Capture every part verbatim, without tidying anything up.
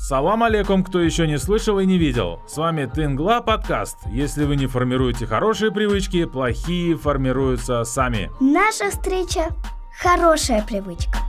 Салам алейкум, кто еще не слышал и не видел. С вами Тынгла подкаст. Если вы не формируете хорошие привычки, плохие формируются сами. Наша встреча – хорошая привычка.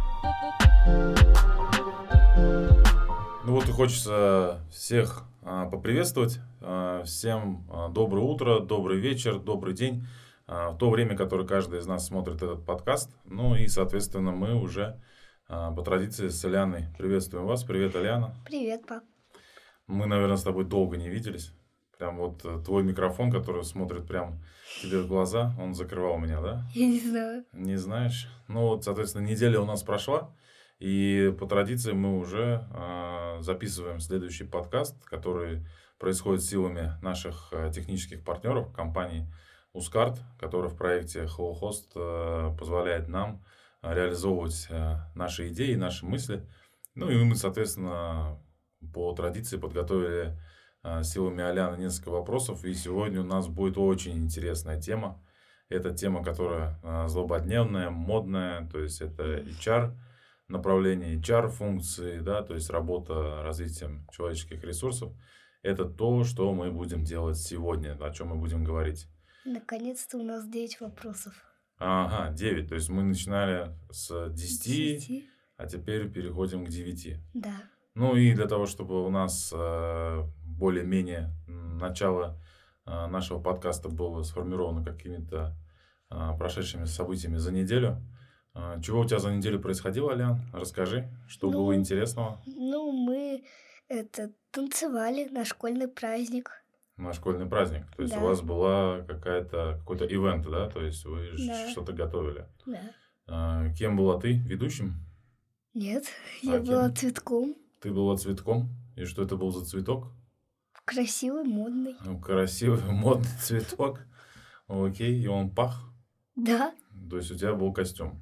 Ну вот и хочется всех а, поприветствовать. А, всем а, доброе утро, добрый вечер, добрый день. А, в то время, которое каждый из нас смотрит этот подкаст. Ну и, соответственно, мы уже а, по традиции с Аляной приветствуем вас. Привет, Аляна. Привет, пап. Мы, наверное, с тобой долго не виделись. Прям вот твой микрофон, который смотрит прям тебе в глаза, он закрывал меня, да? Я не знаю. Не знаешь? Ну вот, соответственно, неделя у нас прошла. И по традиции мы уже э, записываем следующий подкаст, который происходит силами наших э, технических партнеров, компании Ускарт, которая в проекте HelloHost э, позволяет нам реализовывать э, наши идеи, наши мысли. Ну и мы, соответственно, по традиции подготовили э, силами Аляны несколько вопросов. И сегодня у нас будет очень интересная тема. Это тема, которая э, злободневная, модная, то есть это эйч ар. Направление эйч ар-функции, да, то есть работа развитием человеческих ресурсов, это то, что мы будем делать сегодня, о чем мы будем говорить. Наконец-то у нас девять вопросов. Ага, девять. То есть мы начинали с десяти, Десяти? а теперь переходим к девяти. Да. Ну и для того, чтобы у нас э, более-менее начало э, нашего подкаста было сформировано какими-то э, прошедшими событиями за неделю. Чего у тебя за неделю происходило, Алян? Расскажи, что ну, было интересного. Ну, мы это танцевали на школьный праздник. На школьный праздник. То есть да. у вас была какая-то какой-то ивент, да? То есть вы да. что-то готовили. Да. А, кем была ты? Ведущим? Нет, а я была цветком. Ты была цветком? И что это был за цветок? Красивый, модный. Красивый, модный цветок. Окей, и он пах? Да. То есть у тебя был костюм.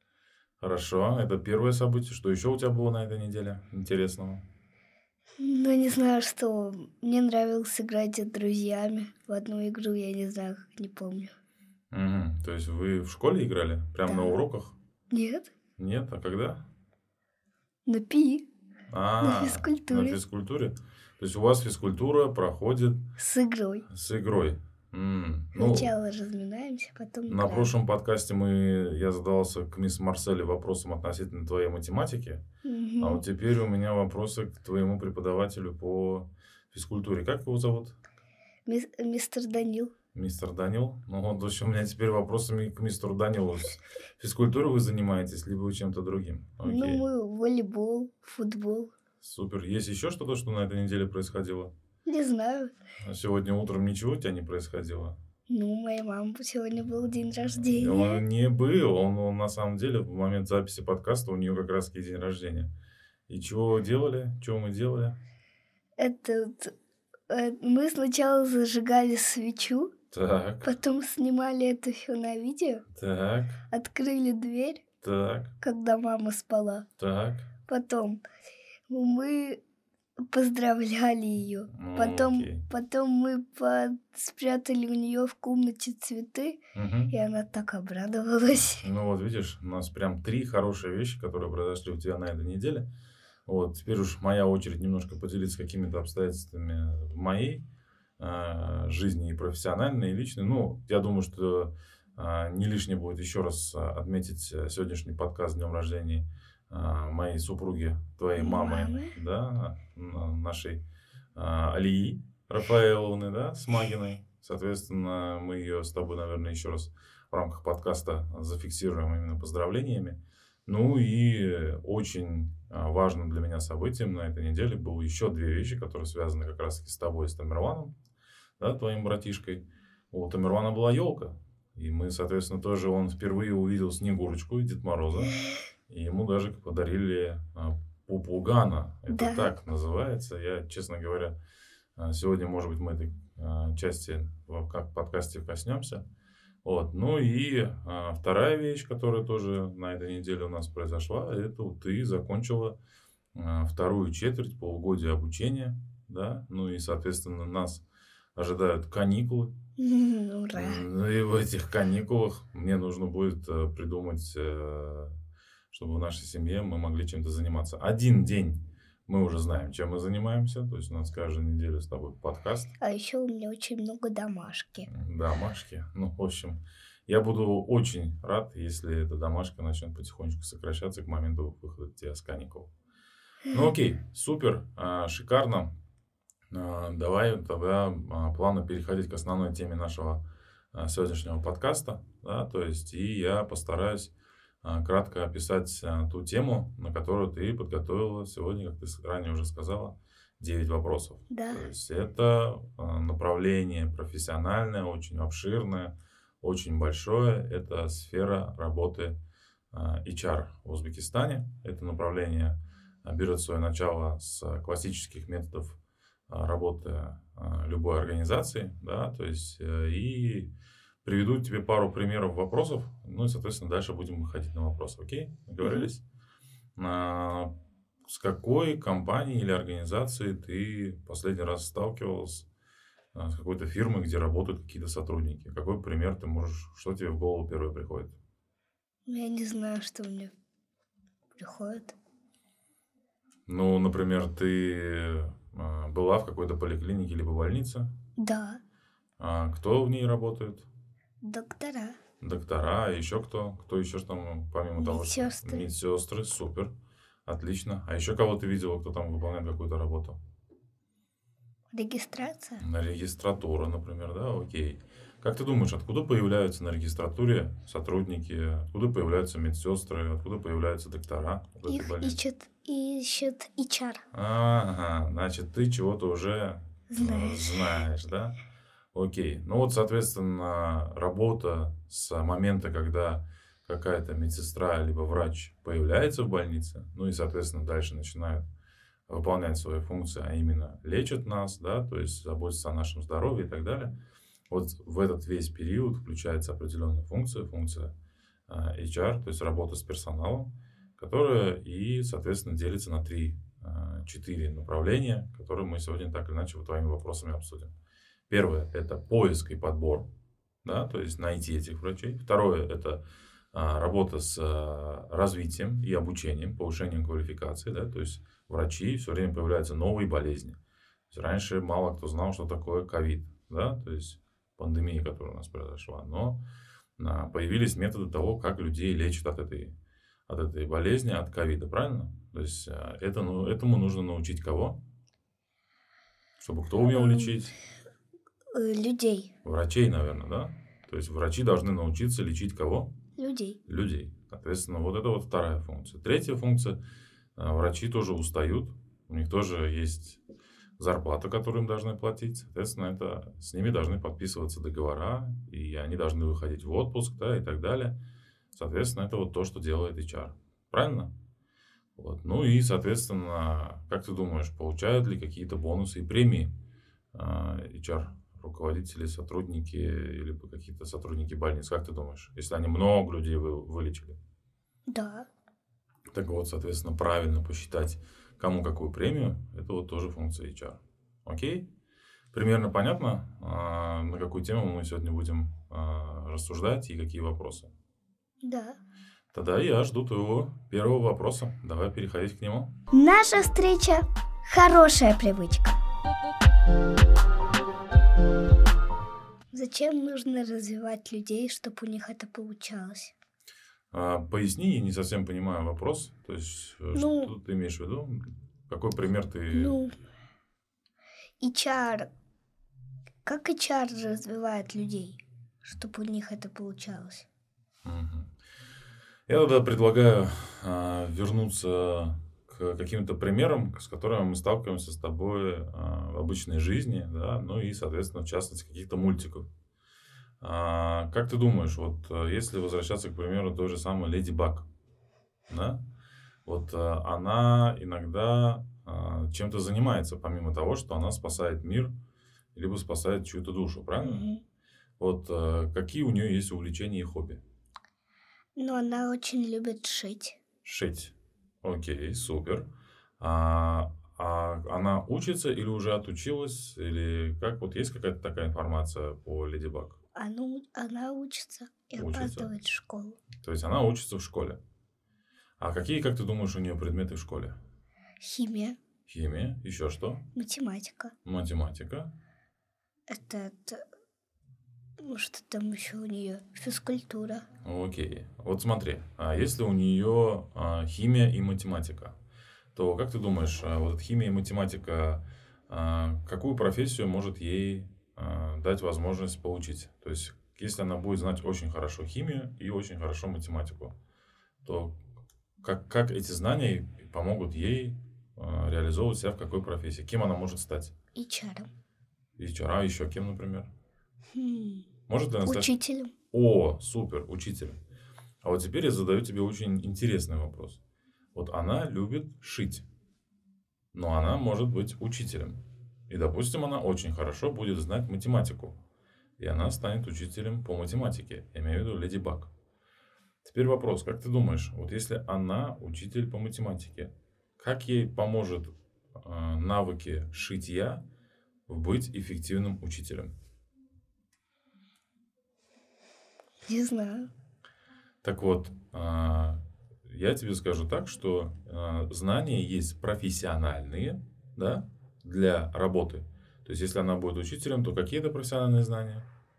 Хорошо, это первое событие. Что еще у тебя было на этой неделе интересного? Ну, не знаю, что. Мне нравилось играть с друзьями в одну игру, я не знаю, как, не помню. Угу. То есть вы в школе играли? Прямо да. на уроках? Нет. Нет? А когда? На пи. А, на физкультуре. На физкультуре? То есть у вас физкультура проходит... С игрой. С игрой. М, Сначала ну, разминаемся, потом играем. На прошлом подкасте мы, я задался к мисс Марселе вопросом относительно твоей математики. Угу. А вот теперь у меня вопросы к твоему преподавателю по физкультуре. Как его зовут? Мис- мистер Данил. Мистер Данил? Ну вот, в общем, у меня теперь вопросами к мистеру Данилу. Физкультурой вы занимаетесь, либо чем-то другим? Окей. Ну, мы волейбол, футбол. Супер. Есть еще что-то, что на этой неделе происходило? Не знаю. А сегодня утром ничего у тебя не происходило? Ну, у моей мамы сегодня был день рождения. Он не был. Он, он на самом деле в момент записи подкаста у нее как раз таки день рождения. И чего вы делали? Чего мы делали? Этот, э, мы сначала зажигали свечу. Так. Потом снимали это все на видео. Так. Открыли дверь. Так. Когда мама спала. Так. Потом мы поздравляли ее. Ну, потом, окей. потом мы под... спрятали у нее в комнате цветы, угу. и она так обрадовалась. Ну вот видишь, у нас прям три хорошие вещи, которые произошли у тебя на этой неделе. Вот теперь уж моя очередь немножко поделиться какими-то обстоятельствами моей э, жизни, и профессиональной, и личной. Ну, я думаю, что э, не лишнее будет еще раз отметить сегодняшний подкаст с днем рождения моей супруги, твоей мамы, Мамы. да, нашей а, Алии Рафаэловны, да, Смагиной. Соответственно, мы ее с тобой, наверное, еще раз в рамках подкаста зафиксируем именно поздравлениями. Ну и очень важным для меня событием на этой неделе было еще две вещи, которые связаны как раз-таки с тобой, с Тамерланом, да, твоим братишкой. У Тамерлана была елка. И мы, соответственно, тоже он впервые увидел Снегурочку и Дед Мороза. И ему даже подарили а, попугана. Это да. так называется. Я, честно говоря, сегодня, может быть, мы этой а, части в как подкасте коснемся. Вот. Ну и а, вторая вещь, которая тоже на этой неделе у нас произошла, это вот ты закончила а, вторую четверть полугодия обучения. Да? Ну и, соответственно, нас ожидают каникулы. Ура! И в этих каникулах мне нужно будет придумать... чтобы в нашей семье мы могли чем-то заниматься. Один день Мы уже знаем, чем мы занимаемся. То есть у нас каждую неделю с тобой подкаст. А еще у меня очень много домашки. Домашки. Ну, в общем, я буду очень рад, если эта домашка начнет потихонечку сокращаться к моменту выхода тебя с каникул. Ну, окей, супер, а, шикарно. А, давай тогда а, плавно переходить к основной теме нашего а, сегодняшнего подкаста. Да, то есть, и я постараюсь а, кратко описать а, ту тему, на которую ты подготовила сегодня, как ты с- ранее уже сказала, девять вопросов. Да. То есть, это а, направление профессиональное, очень обширное, очень большое. Это сфера работы а, эйч ар в Узбекистане. Это направление а, берет свое начало с классических методов а, работы а, любой организации, да, то есть э, и приведу тебе пару примеров вопросов, ну и, соответственно, дальше будем выходить на вопросы, окей? Договорились? А, С какой компанией или организацией ты последний раз сталкивалась, а, с какой-то фирмой, где работают какие-то сотрудники? Какой пример ты можешь, что тебе в голову первое приходит? Я не знаю, что мне приходит. Ну, например, ты а, была в какой-то поликлинике либо больнице. Да, А кто в ней работает? доктора. Доктора, а еще кто? Кто еще ж там, помимо того, что... Медсестры. Медсестры, супер. Отлично. А еще кого ты видела, кто там выполняет какую-то работу? Регистрация. На регистратура, например, да, окей. Как ты думаешь, откуда появляются на регистратуре сотрудники, откуда появляются медсестры, откуда появляются доктора в этой Их больнице? ищет, ищет эйч ар. Ага, значит, ты чего-то уже э, Знаешь. знаешь, да? Окей. Ну вот, соответственно, работа с момента, когда какая-то медсестра либо врач появляется в больнице, ну и, соответственно, дальше начинают выполнять свои функции, а именно лечат нас, да, то есть заботятся о нашем здоровье и так далее. Вот в этот весь период включается определенная функция, функция а, эйч ар, то есть работа с персоналом, которая и, соответственно, делится на три, а, четыре направления, которые мы сегодня так или иначе вот твоими вопросами обсудим. Первое– это поиск и подбор, да, то есть найти этих врачей. Второе– это а, работа с а, развитием и обучением, повышением квалификации, да, то есть врачи, все время появляются новые болезни. То есть раньше мало кто знал, что такое ковид, да, то есть пандемия, которая у нас произошла, но а, появились методы того, как людей лечат от этой, от этой болезни, от ковида, правильно? То есть а, это, ну, этому нужно научить кого? Чтобы кто умел Эм, лечить? э, Людей. Врачей, наверное, да? То есть врачи должны научиться лечить кого? Людей. Людей. Соответственно, вот это вот вторая функция. Третья функция. а, Врачи тоже устают. У них тоже есть зарплата, которую им должны платить. Соответственно, это, с ними должны подписываться договора, и они должны выходить в отпуск, да, и так далее. Соответственно, это вот то, что делает эйч ар. Правильно? Вот. Ну и, соответственно, как ты думаешь, получают ли какие-то бонусы и премии а, эйч ар руководители, сотрудники или какие-то сотрудники больниц? Как ты думаешь, если они много людей вы, вылечили? Да. Так вот, соответственно, правильно посчитать, кому какую премию, это вот тоже функция эйч ар. Окей? Примерно понятно, а, на какую тему мы сегодня будем а, рассуждать и какие вопросы? Да. Тогда я жду твоего первого вопроса. Давай переходить к нему. Наша встреча – хорошая привычка. Зачем нужно развивать людей, чтобы у них это получалось? А, поясни, я не совсем понимаю вопрос. То есть, э, Ну, что ты имеешь в виду? Какой пример ты... Ну, эйч ар. Как эйч ар развивает людей, чтобы у них это получалось? Мгм. Я тогда предлагаю а, вернуться к каким-то примерам, с которыми мы сталкиваемся с тобой а, в обычной жизни, да, ну и, соответственно, в частности, каких-то мультиков. А, как ты думаешь, вот а, если возвращаться, к примеру, той же самой Леди Баг, да, вот а, она иногда а, чем-то занимается, помимо того, что она спасает мир, либо спасает чью-то душу, правильно? Мгм. Вот а, какие у нее есть увлечения и хобби? Но она очень любит шить. Шить. Окей, супер. А, а она учится или уже отучилась? Или как? Вот есть какая-то такая информация по Леди Баг? Она, у- она учится и Учится. опаздывает в школу. То есть она учится в школе. А какие, как ты думаешь, у нее предметы в школе? Химия. Химия. Еще что? Математика. Математика. Это, это ну, что там еще у нее? Физкультура. Окей. Вот смотри, а если у нее а, химия и математика, то как ты думаешь, а, вот химия и математика, а, какую профессию может ей а, дать возможность получить? То есть, если она будет знать очень хорошо химию и очень хорошо математику, то как, как эти знания помогут ей а, реализовывать себя в какой профессии? Кем она может стать? эйч ар. эйч ар, а еще кем, например? Хм. Может ли она стать... Учителем. О, супер, учителем. А вот теперь я задаю тебе очень интересный вопрос. Вот она любит шить, но она может быть учителем. И, допустим, она очень хорошо будет знать математику. И она станет учителем по математике. Я имею в виду Леди Баг. Теперь вопрос, как ты думаешь, вот если она учитель по математике, как ей поможет э, навыки шитья быть эффективным учителем? Не знаю. Так вот, а, я тебе скажу так, что а, знания есть профессиональные, да, для работы. То есть, если она будет учителем, то какие это профессиональные знания?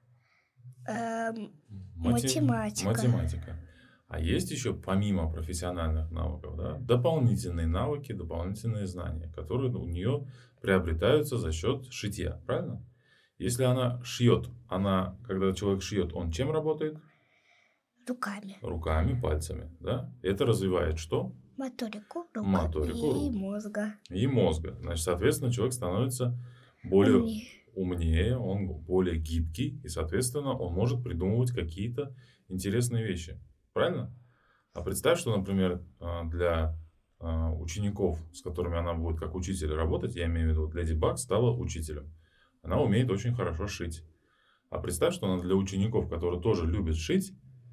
Эм, Мати- математика. Математика. А есть еще, помимо профессиональных навыков, да, дополнительные навыки, дополнительные знания, которые у нее приобретаются за счет шитья, правильно? Если она шьет, она, когда человек шьет, он чем работает? Руками. Руками, пальцами, да? Это развивает что? Моторику рук Моторику и рук. мозга. И мозга. Значит, соответственно, человек становится более Умнее. умнее, он более гибкий, и, соответственно, он может придумывать какие-то интересные вещи. Правильно? А представь, что, например, а, для а, учеников, с которыми она будет как учитель работать, я имею в виду, Леди Баг стала учителем. Она умеет очень хорошо шить. А представь, что она для учеников, которые тоже любят шить,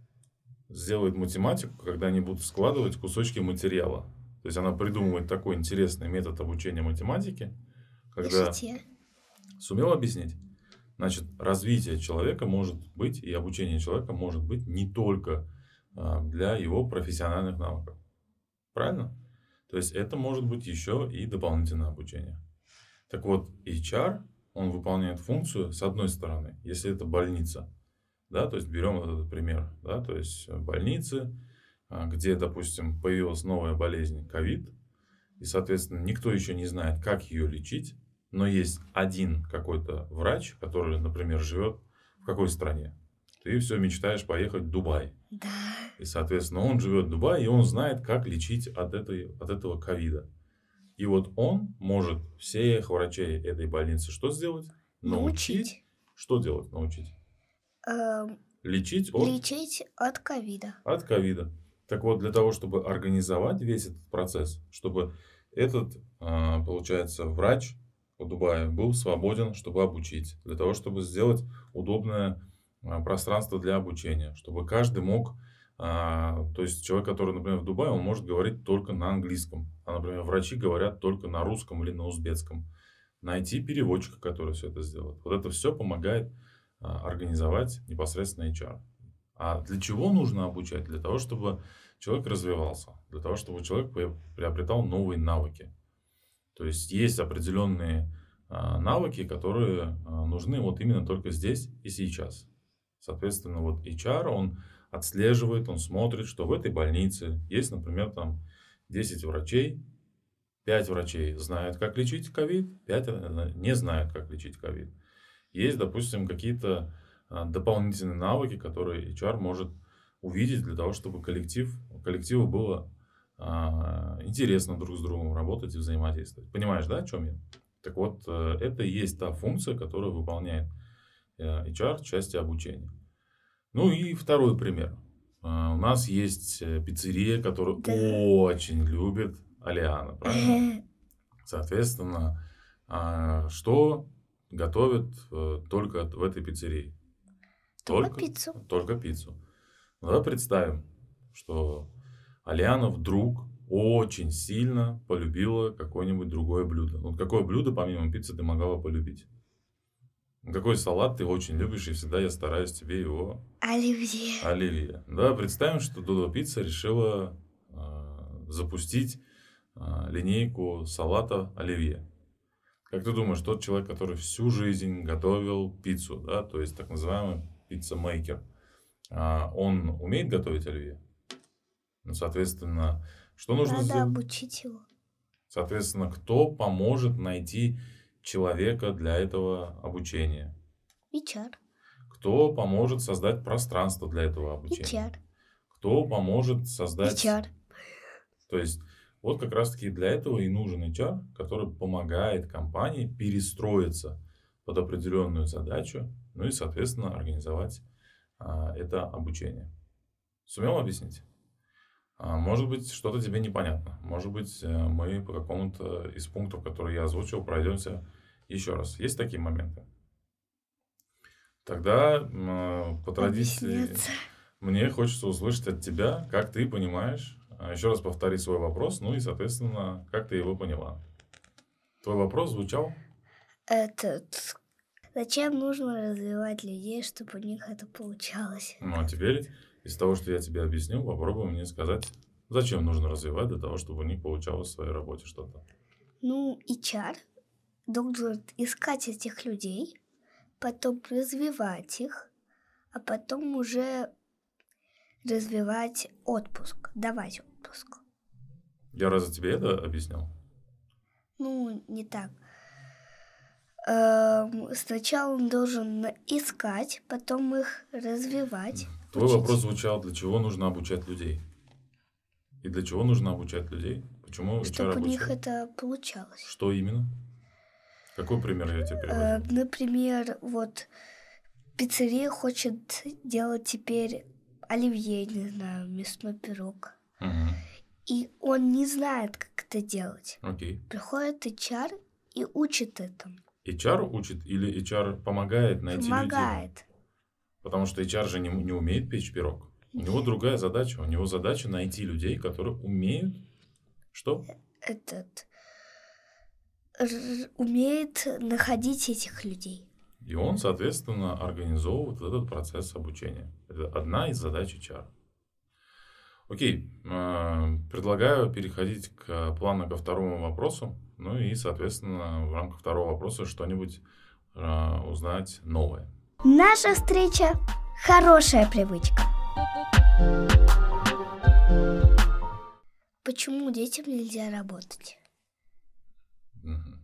сделает математику, когда они будут складывать кусочки материала. То есть она придумывает такой интересный метод обучения математике, когда... Пишите. Сумел объяснить? Значит, развитие человека может быть, и обучение человека может быть не только а, для его профессиональных навыков. Правильно? То есть это может быть еще и дополнительное обучение. Так вот, эйч ар, он выполняет функцию, с одной стороны, если это больница, да, то есть берем вот этот пример, да, то есть больницы, а, где, допустим, появилась новая болезнь ковид, и, соответственно, никто еще не знает, как ее лечить, но есть один какой-то врач, который, например, живет в какой стране? Ты все мечтаешь поехать в Дубай. Да. И, соответственно, он живет в Дубае, и он знает, как лечить от, этой, от этого ковида. И вот он может всех врачей этой больницы что сделать? Научить. Научить. Что делать? Научить. Эм, Лечить от, лечить от ковида. от ковида. Так вот, для того, чтобы организовать весь этот процесс, чтобы этот, а, получается, врач в Дубае был свободен, чтобы обучить, для того, чтобы сделать удобное а, пространство для обучения, чтобы каждый мог, а, то есть человек, который, например, в Дубае, он может говорить только на английском, а, например, врачи говорят только на русском или на узбекском. Найти переводчика, который все это сделает. Вот это все помогает а, организовать непосредственно эйч ар. А для чего нужно обучать? Для того, чтобы человек развивался, для того, чтобы человек приобретал новые навыки. То есть есть определенные а, навыки, которые а, нужны вот именно только здесь и сейчас. Соответственно, вот эйч ар, он отслеживает, он смотрит, что в этой больнице есть, например, там десять врачей, пять врачей знают, как лечить ковид, пять не знают, как лечить ковид. Есть, допустим, какие-то а, дополнительные навыки, которые эйч ар может увидеть для того, чтобы коллектив, коллективу было а, интересно друг с другом работать и взаимодействовать. Понимаешь, да, о чем я? Так вот, э, это и есть та функция, которую выполняет э, эйч ар в части обучения. Ну и второй пример. А, у нас есть э, пиццерия, которую Да. очень любит Алиана, правильно? Соответственно, а, что готовят э, только в этой пиццерии? Только пиццу. Только пиццу. Ну, давай представим, что Алиана вдруг очень сильно полюбила какое-нибудь другое блюдо. Вот какое блюдо помимо пиццы ты могла полюбить? Какой салат ты очень любишь, и всегда я стараюсь тебе его... Оливье. Оливье. Да, представим, что Додо Пицца решила э, запустить линейку салата оливье. Как ты думаешь, тот человек, который всю жизнь готовил пиццу, да, то есть так называемый пицца-мейкер, он умеет готовить оливье? Ну, соответственно, что нужно Надо сделать? обучить его. Соответственно, кто поможет найти человека для этого обучения? эйч ар. Кто поможет создать пространство для этого обучения? эйч ар. Кто поможет создать... эйч ар. То есть, вот как раз-таки для этого и нужен эйч ар, который помогает компании перестроиться под определенную задачу, ну и, соответственно, организовать а, это обучение. Сумел объяснить? А, может быть, что-то тебе непонятно. Может быть, мы по какому-то из пунктов, которые я озвучил, пройдемся еще раз. Есть такие моменты? Тогда по традиции Объясняться. мне хочется услышать от тебя, как ты понимаешь. Еще раз повтори свой вопрос, ну и, соответственно, как ты его поняла. Твой вопрос звучал? Этот... Зачем нужно развивать людей, чтобы у них это получалось? Ну, а теперь, из того, что я тебе объяснил, попробуй мне сказать, зачем нужно развивать для того, чтобы у них получалось в своей работе что-то. Ну, эйч ар должен искать этих людей, потом развивать их, а потом уже развивать отпуск, давать отпуск. Я разве тебе это объяснял? Ну, не так. Эм, сначала он должен искать, потом их развивать. Твой учить. вопрос звучал, для чего нужно обучать людей? И для чего нужно обучать людей? Почему эйч ар Чтобы у обучает? них это получалось. Что именно? Какой пример я тебе Э, привожу? например, вот пиццерия хочет делать теперь оливье, не знаю, мясной пирог. Угу. И он не знает, как это делать. Окей. Приходит эйч ар и учит этому. эйч ар учит или эйч ар помогает найти людей? Помогает. Потому что эйч ар же не, не умеет печь пирог. У него другая задача. У него задача найти людей, которые умеют... Что? Этот р- умеет находить этих людей. И он, соответственно, организовывает этот процесс обучения. Это одна из задач эйч ар. Окей. э, Предлагаю переходить к плавно ко второму вопросу. Ну и, соответственно, в рамках второго вопроса что-нибудь э, узнать новое. Наша встреча – хорошая привычка. Почему детям нельзя работать? Мгм.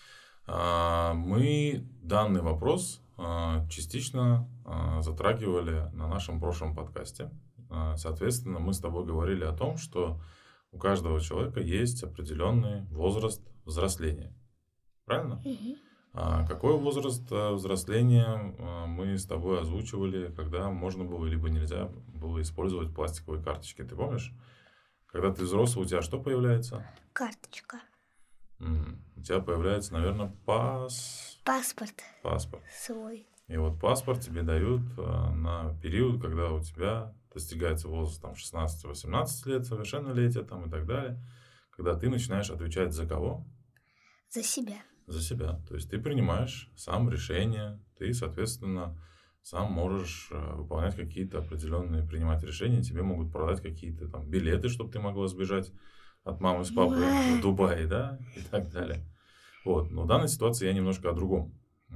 А, Мы данный вопрос а, частично а, затрагивали на нашем прошлом подкасте. А, Соответственно, мы с тобой говорили о том, что у каждого человека есть определенный возраст взросления. Правильно? Мгм. А какой возраст а, взросления а, мы с тобой озвучивали, когда можно было либо нельзя было использовать пластиковые карточки? Ты помнишь? Когда ты взрослый, у тебя что появляется? Карточка. М, У тебя появляется, наверное, пас... Паспорт паспорт. свой. И вот паспорт тебе дают а, на период, когда у тебя достигается возраст там, шестнадцать-восемнадцать лет, совершеннолетия там, и так далее. Когда ты начинаешь отвечать за кого? За себя. За себя. То есть ты принимаешь сам решения, ты, соответственно, сам можешь а, выполнять какие-то определенные, принимать решения. Тебе могут продать какие-то там билеты, чтобы ты могла сбежать от мамы с папой в Дубае, да, и так далее. Вот. Но в данной ситуации я немножко о другом.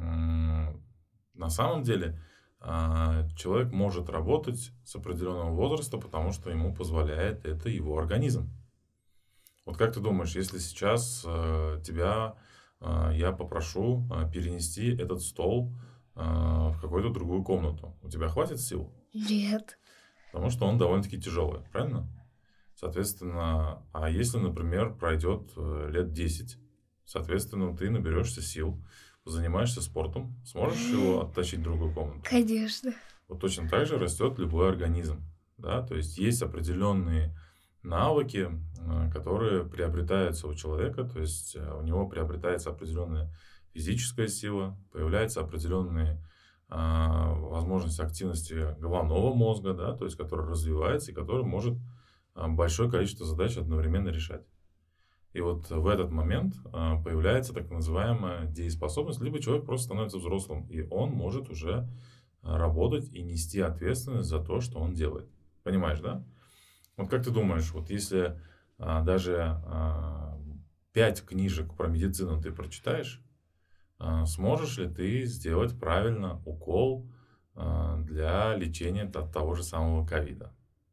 М, На самом деле а, человек может работать с определенного возраста, потому что ему позволяет это его организм. Вот как ты думаешь, если сейчас а, тебя а, я попрошу а, перенести этот стол а, в какую-то другую комнату, у тебя хватит сил? Нет. Потому что он довольно-таки тяжелый, правильно? Соответственно, а если, например, пройдет э, лет десять, соответственно, ты наберешься сил, занимаешься спортом, сможешь его оттащить в другую комнату? Конечно. Вот точно так же растет любой организм. Да? То есть есть определенные навыки, э, которые приобретаются у человека, то есть э, у него приобретается определенная физическая сила, появляется определенные а, возможность активности головного мозга, да, то есть который развивается и который может а, большое количество задач одновременно решать. И вот в этот момент а, появляется так называемая дееспособность, либо человек просто становится взрослым, и он может уже а, работать и нести ответственность за то, что он делает. Понимаешь, да? Вот как ты думаешь, вот если а, даже а, пять книжек про медицину ты прочитаешь, а, сможешь ли ты сделать правильно укол а, для лечения от того же самого ковида?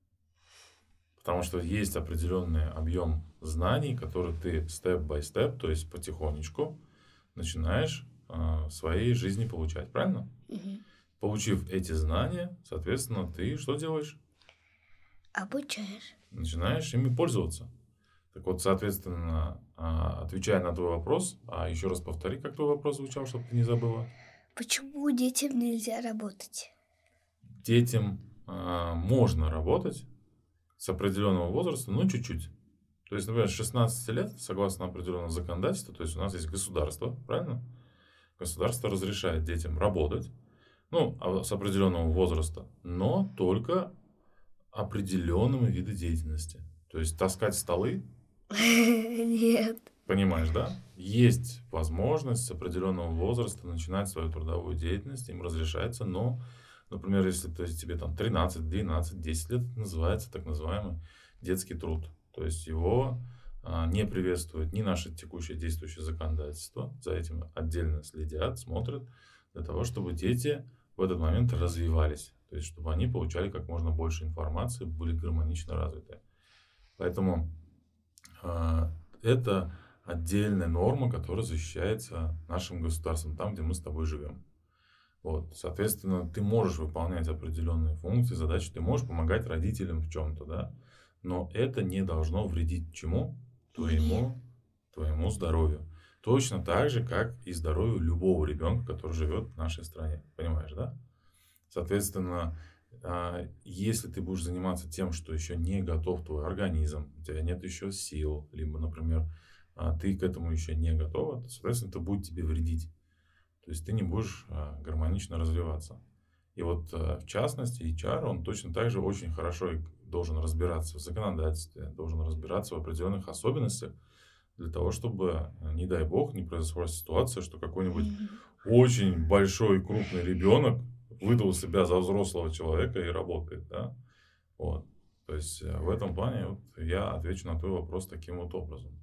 Потому что есть определенный объем знаний, который ты степ-бай-степ, то есть потихонечку начинаешь а, в своей жизни получать, правильно? Мгм. Получив эти знания, соответственно, ты что делаешь? Обучаешь. Начинаешь ими пользоваться. Так вот, соответственно, а, отвечая на твой вопрос, а еще раз повтори, как твой вопрос звучал, чтобы ты не забыла. Почему детям нельзя работать? Детям а, можно работать с определенного возраста, но чуть-чуть. То есть, например, с шестнадцати лет, согласно определенному законодательству, то есть у нас есть государство, правильно? Государство разрешает детям работать, ну, а с определенного возраста, но только определенными виды деятельности. То есть таскать столы, Нет. понимаешь, да? Есть возможность с определенного возраста начинать свою трудовую деятельность, им разрешается, но, например, если то есть, тебе там тринадцать, двенадцать, десять лет, это называется так называемый детский труд. То есть его а, не приветствует ни наше текущее действующее законодательство, за этим отдельно следят, смотрят, для того, чтобы дети в этот момент развивались. То есть, чтобы они получали как можно больше информации, были гармонично развиты. Поэтому а, это отдельная норма, которая защищается нашим государством, там, где мы с тобой живем. Вот, соответственно, ты можешь выполнять определенные функции, задачи, ты можешь помогать родителям в чем-то, да, но это не должно вредить чему? Твоему, твоему здоровью. Точно так же, как и здоровью любого ребенка, который живет в нашей стране. Понимаешь, да? Соответственно, а, если ты будешь заниматься тем, что еще не готов твой организм, у тебя нет еще сил, либо, например, а, ты к этому еще не готова, то, соответственно, это будет тебе вредить. То есть ты не будешь а, гармонично развиваться. И вот а, в частности эйч ар, он точно так же очень хорошо и должен разбираться в законодательстве, должен разбираться в определенных особенностях, для того, чтобы, не дай бог, не произошла ситуация, что какой-нибудь Мгм. очень большой крупный ребенок выдал себя за взрослого человека и работает, да? Вот. То есть э, в этом плане вот я отвечу на твой вопрос таким вот образом.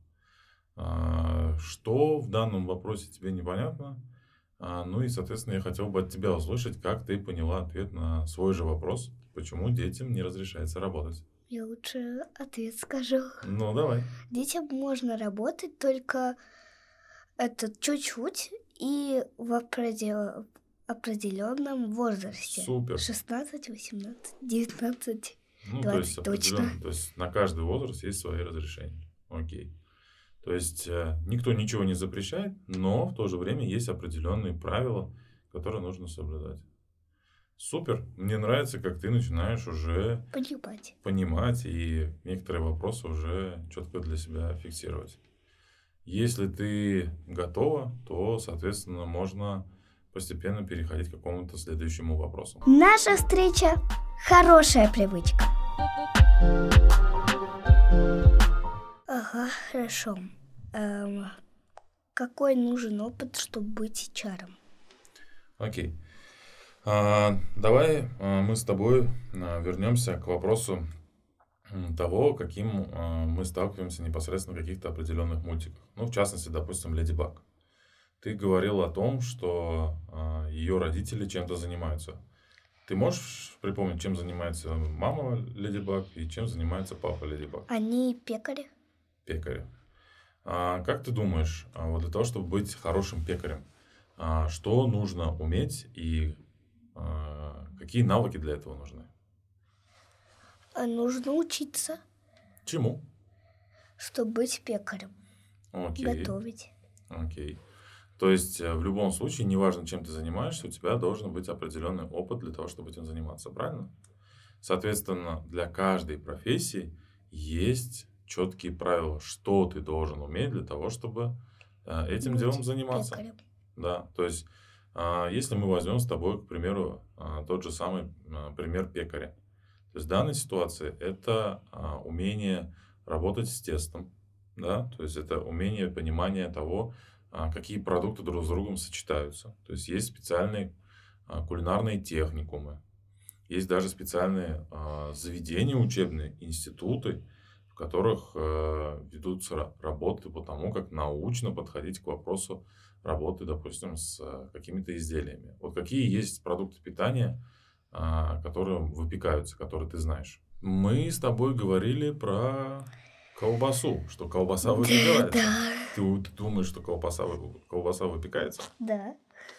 А, Что в данном вопросе тебе непонятно? А, Ну и, соответственно, я хотел бы от тебя услышать, как ты поняла ответ на свой же вопрос, почему детям не разрешается работать. Я лучше ответ скажу. Ну, давай. Детям можно работать только это чуть-чуть и в определ- определенном возрасте. Супер. шестнадцать, восемнадцать, девятнадцать, Ну, то есть двадцать точно. определенно, то есть на каждый возраст есть свои разрешения. Окей. То есть э, никто ничего не запрещает, но в то же время есть определенные правила, которые нужно соблюдать. Супер. Мне нравится, как ты начинаешь уже Понимать. понимать и некоторые вопросы уже четко для себя фиксировать. Если ты готова, то, соответственно, можно постепенно переходить к какому-то следующему вопросу. Наша встреча – хорошая привычка. Ага, хорошо. Эм, какой нужен опыт, чтобы быть эйч ар? Окей. А, давай а, мы с тобой а, вернемся к вопросу м, того, каким а, мы сталкиваемся непосредственно в каких-то определенных мультиках. Ну, в частности, допустим, Леди Баг. Ты говорил о том, что а, ее родители чем-то занимаются. Ты можешь припомнить, чем занимается мама Леди Баг и чем занимается папа Леди Баг? Они пекари. Пекари. А, как ты думаешь, а, вот для того, чтобы быть хорошим пекарем, а, что нужно уметь и а, какие навыки для этого нужны? А нужно учиться, Чему? чтобы быть пекарем. Окей. Готовить. Окей. То есть э, в любом случае, неважно, чем ты занимаешься, у тебя должен быть определенный опыт для того, чтобы этим заниматься, правильно? Соответственно, для каждой профессии есть четкие правила, что ты должен уметь для того, чтобы э, этим Быть делом заниматься. пекарем. Да, то есть, а, если мы возьмем с тобой, к примеру, а, тот же самый а, пример пекаря. То есть в данной ситуации это а, умение работать с тестом, да, то есть это умение понимания того, а, какие продукты друг с другом сочетаются. То есть есть специальные а, кулинарные техникумы, есть даже специальные а, заведения учебные, институты, в в которых э, ведутся ра- работы по тому, как научно подходить к вопросу работы, допустим, с э, какими-то изделиями. Вот какие есть продукты питания, а, которые выпекаются, которые ты знаешь. Мы с тобой говорили про колбасу, что колбаса выпекается. Да. Ты, у- ты думаешь, что колбаса, вы- колбаса выпекается? Да.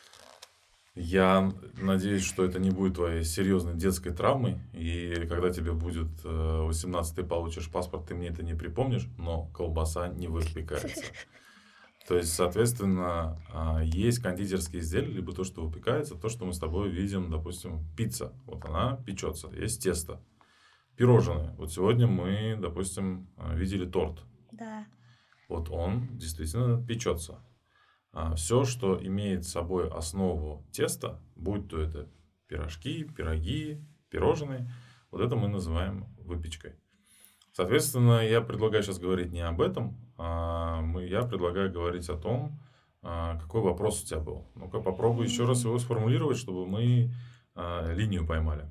Я надеюсь, что это не будет твоей серьезной детской травмой, и когда тебе будет э, восемнадцать, ты получишь паспорт, ты мне это не припомнишь, но колбаса не выпекается. То есть, соответственно, а, есть кондитерские изделия, либо то, что выпекается, то, что мы с тобой видим, допустим, пицца. Вот она печется, есть тесто. Пирожные. Вот сегодня мы, допустим, а, видели торт. Да. Вот он действительно печется. Все, что имеет с собой основу теста, будь то это пирожки, пироги, пирожные, вот это мы называем выпечкой. Соответственно, я предлагаю сейчас говорить не об этом, а мы, я предлагаю говорить о том, а, какой вопрос у тебя был. Ну-ка, попробуй еще раз его сформулировать, чтобы мы а, линию поймали.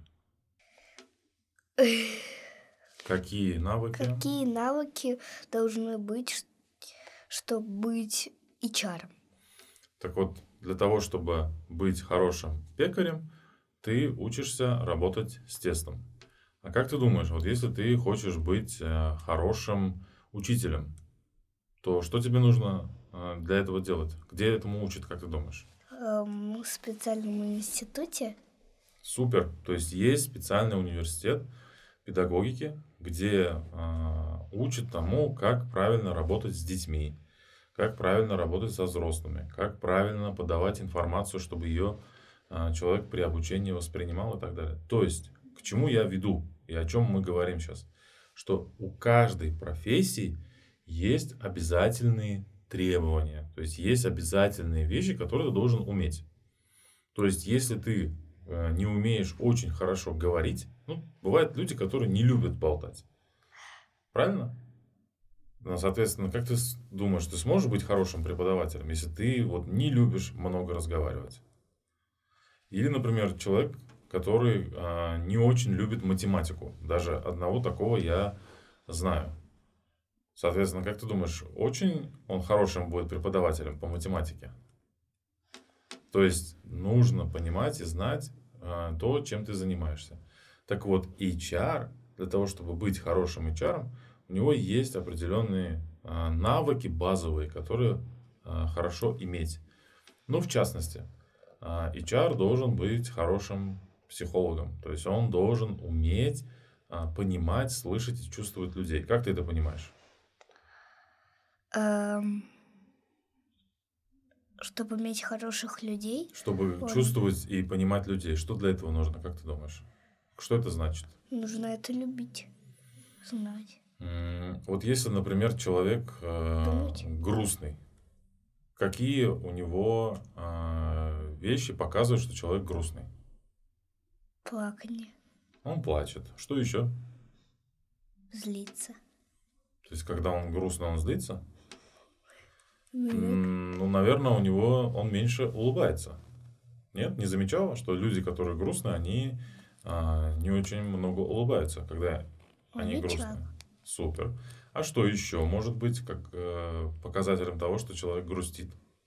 Какие навыки? Какие навыки должны быть, чтобы быть эйч ар? Так вот, для того, чтобы быть хорошим пекарем, ты учишься работать с тестом. А как ты думаешь, вот если ты хочешь быть э, хорошим учителем, то что тебе нужно э, для этого делать? Где этому учат, как ты думаешь? Эм, в специальном институте. Супер. То есть есть специальный университет педагогики, где э, учат тому, как правильно работать с детьми, как правильно работать со взрослыми, как правильно подавать информацию, чтобы ее э, человек при обучении воспринимал и так далее. То есть, к чему я веду и о чем мы говорим сейчас? Что у каждой профессии есть обязательные требования, то есть есть обязательные вещи, которые ты должен уметь. То есть, если ты э, не умеешь очень хорошо говорить, ну, бывают люди, которые не любят болтать. Правильно? Ну, соответственно, как ты с- думаешь, ты сможешь быть хорошим преподавателем, если ты вот не любишь много разговаривать? Или, например, человек, который а, не очень любит математику. Даже одного такого я знаю. Соответственно, как ты думаешь, очень он хорошим будет преподавателем по математике? То есть нужно понимать и знать а, то, чем ты занимаешься. Так вот, эйч ар, для того, чтобы быть хорошим эйч ар, у него есть определенные а, навыки базовые, которые а, хорошо иметь. Ну, в частности, а, эйч ар должен быть хорошим психологом. То есть он должен уметь а, понимать, слышать и чувствовать людей. Как ты это понимаешь? Эм, чтобы иметь хороших людей, Чтобы Он- чувствовать и понимать людей. Что для этого нужно, как ты думаешь? Что это значит? нужно это любить, знать. М, Вот если, например, человек э, Думать. грустный, какие у него э, вещи показывают, что человек грустный? Плакание, Он плачет. Что еще? злиться. То есть, когда он грустный, он злится? Нет. М, Ну, наверное, у него он меньше улыбается. Нет, не замечала, что люди, которые грустные, они а, не очень много улыбаются, когда они Замечала. грустные. Супер. А что еще может быть как э, показателем того, что человек грустит?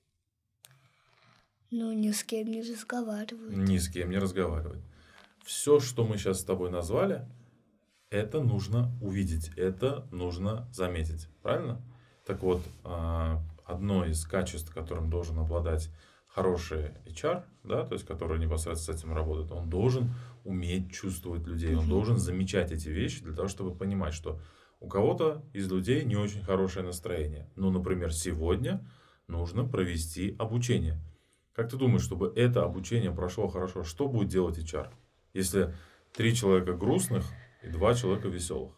Ну, ни с кем не разговаривают. Ни с кем не разговаривать. Все, что мы сейчас с тобой назвали, это нужно увидеть, это нужно заметить. Правильно? Так вот, а, одно из качеств, которым должен обладать хороший эйч ар, да, то есть который непосредственно с этим работает, он должен уметь чувствовать людей, он Мгм. должен замечать эти вещи для того, чтобы понимать, что у кого-то из людей не очень хорошее настроение. Ну, например, сегодня нужно провести обучение. Как ты думаешь, чтобы это обучение прошло хорошо, что будет делать эйч ар, если три человека грустных и два человека веселых?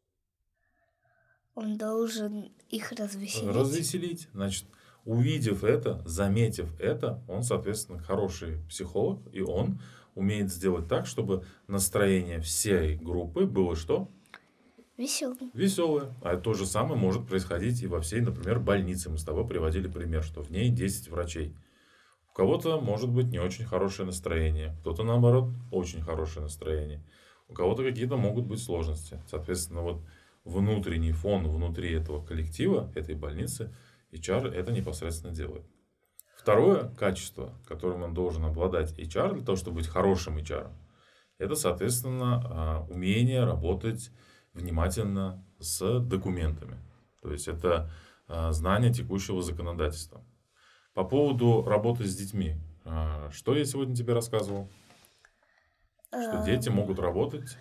Он должен их развеселить. Развеселить. Значит, увидев это, заметив это, он, соответственно, хороший психолог, и он умеет сделать так, чтобы настроение всей группы было что? Веселым. Веселое. А то же самое может происходить и во всей, например, больнице. Мы с тобой приводили пример, что в ней десять врачей. У кого-то может быть не очень хорошее настроение, кто-то, наоборот, очень хорошее настроение. У кого-то какие-то могут быть сложности. Соответственно, вот внутренний фон внутри этого коллектива, этой больницы, эйч ар это непосредственно делает. Второе качество, которым он должен обладать эйч ар для того, чтобы быть хорошим эйч ар, это, соответственно, умение работать внимательно с документами. То есть это знание текущего законодательства. По поводу работы с детьми. Что я сегодня тебе рассказывал? Что дети могут работать?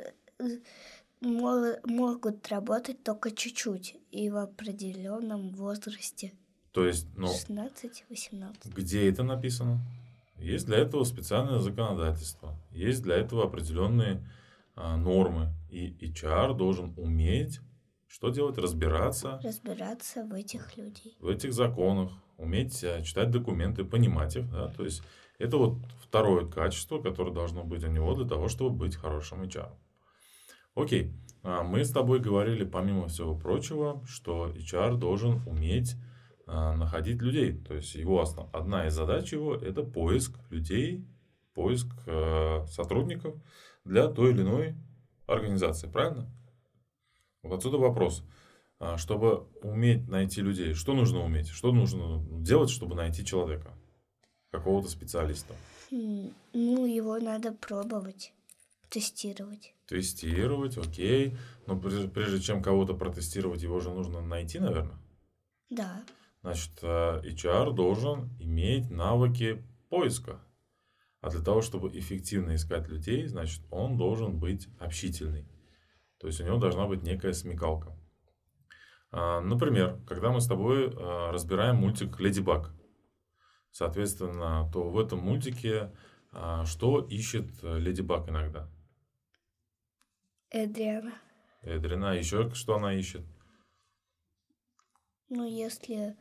Могут работать только чуть-чуть и в определенном возрасте. То есть, ну, шестнадцать-восемнадцать. Где это написано? Есть для этого специальное законодательство. Есть для этого определенные а, нормы. И эйч ар должен уметь, что делать? Разбираться. Разбираться в этих людей. В этих законах. Уметь а, читать документы, понимать их. Да? То есть, это вот второе качество, которое должно быть у него для того, чтобы быть хорошим эйч ар. Окей. А, мы с тобой говорили, помимо всего прочего, что эйч ар должен уметь находить людей. То есть его основ... одна из задач его это поиск людей, поиск э, сотрудников для той или иной организации. Правильно? Вот отсюда вопрос. Чтобы уметь найти людей, что нужно уметь? Что нужно делать, чтобы найти человека? Какого-то специалиста? Ну, его надо пробовать, тестировать. Тестировать, окей. Но прежде, прежде чем кого-то протестировать, его же нужно найти, наверное? Да. Значит, эйч ар должен иметь навыки поиска. А для того, чтобы эффективно искать людей, значит, он должен быть общительный. То есть, у него должна быть некая смекалка. Например, когда мы с тобой разбираем мультик «Леди Баг», соответственно, то в этом мультике что ищет Леди Баг иногда? Эдриана. Эдриана. А еще что она ищет? Ну, если...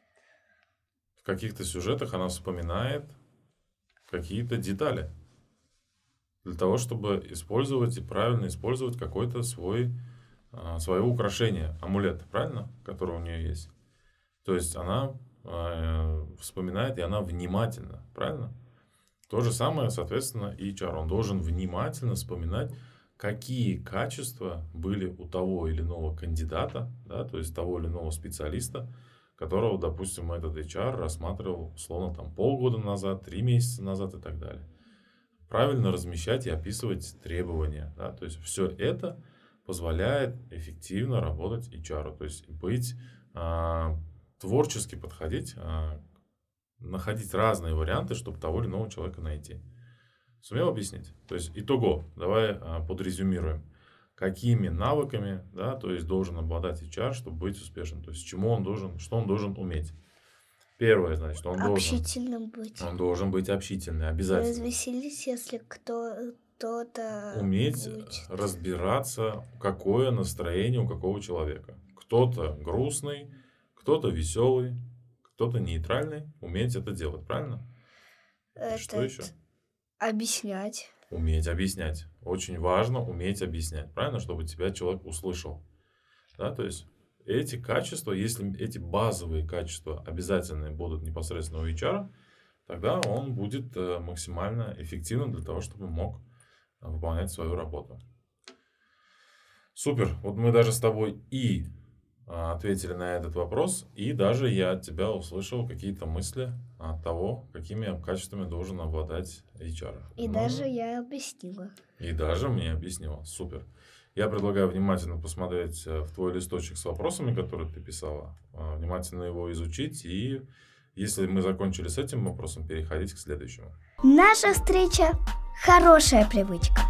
В каких-то сюжетах она вспоминает какие-то детали. Для того, чтобы использовать и правильно использовать какое-то свой, свое украшение, амулет, правильно? Который у нее есть. То есть, она э, вспоминает, и она внимательна, правильно? То же самое, соответственно, и эйч ар. Он должен внимательно вспоминать, какие качества были у того или иного кандидата, да, то есть того или иного специалиста, которого, допустим, этот эйч ар рассматривал, условно, там, полгода назад, три месяца назад и так далее. Правильно размещать и описывать требования. Да, то есть, все это позволяет эффективно работать эйч ар. То есть, быть, а, творчески подходить, а, находить разные варианты, чтобы того или иного человека найти. Сумел объяснить? То есть, итого, давай а, подрезюмируем. Какими навыками, да, то есть, должен обладать эйч ар, чтобы быть успешным? То есть, чему он должен, что он должен уметь? Первое, значит, он общительным должен... быть. Он должен быть общительный, обязательно. Развеселить, если кто, кто-то... Уметь будет. разбираться, какое настроение у какого человека. Кто-то грустный, кто-то веселый, кто-то нейтральный. Уметь это делать, правильно? Этот... Что еще? Объяснять. Уметь объяснять. Очень важно уметь объяснять, правильно? Чтобы тебя человек услышал. Да, то есть, эти качества, если эти базовые качества обязательные будут непосредственно у эйч ар, тогда он будет максимально эффективным для того, чтобы мог выполнять свою работу. Супер. Вот мы даже с тобой и ответили на этот вопрос, и даже я от тебя услышал какие-то мысли от того, какими качествами должен обладать эйч ар. И ну, даже я объяснила. И даже мне объяснила. Супер. Я предлагаю внимательно посмотреть в твой листочек с вопросами, которые ты писала, внимательно его изучить, и если мы закончили с этим вопросом, переходить к следующему. Наша встреча – хорошая привычка.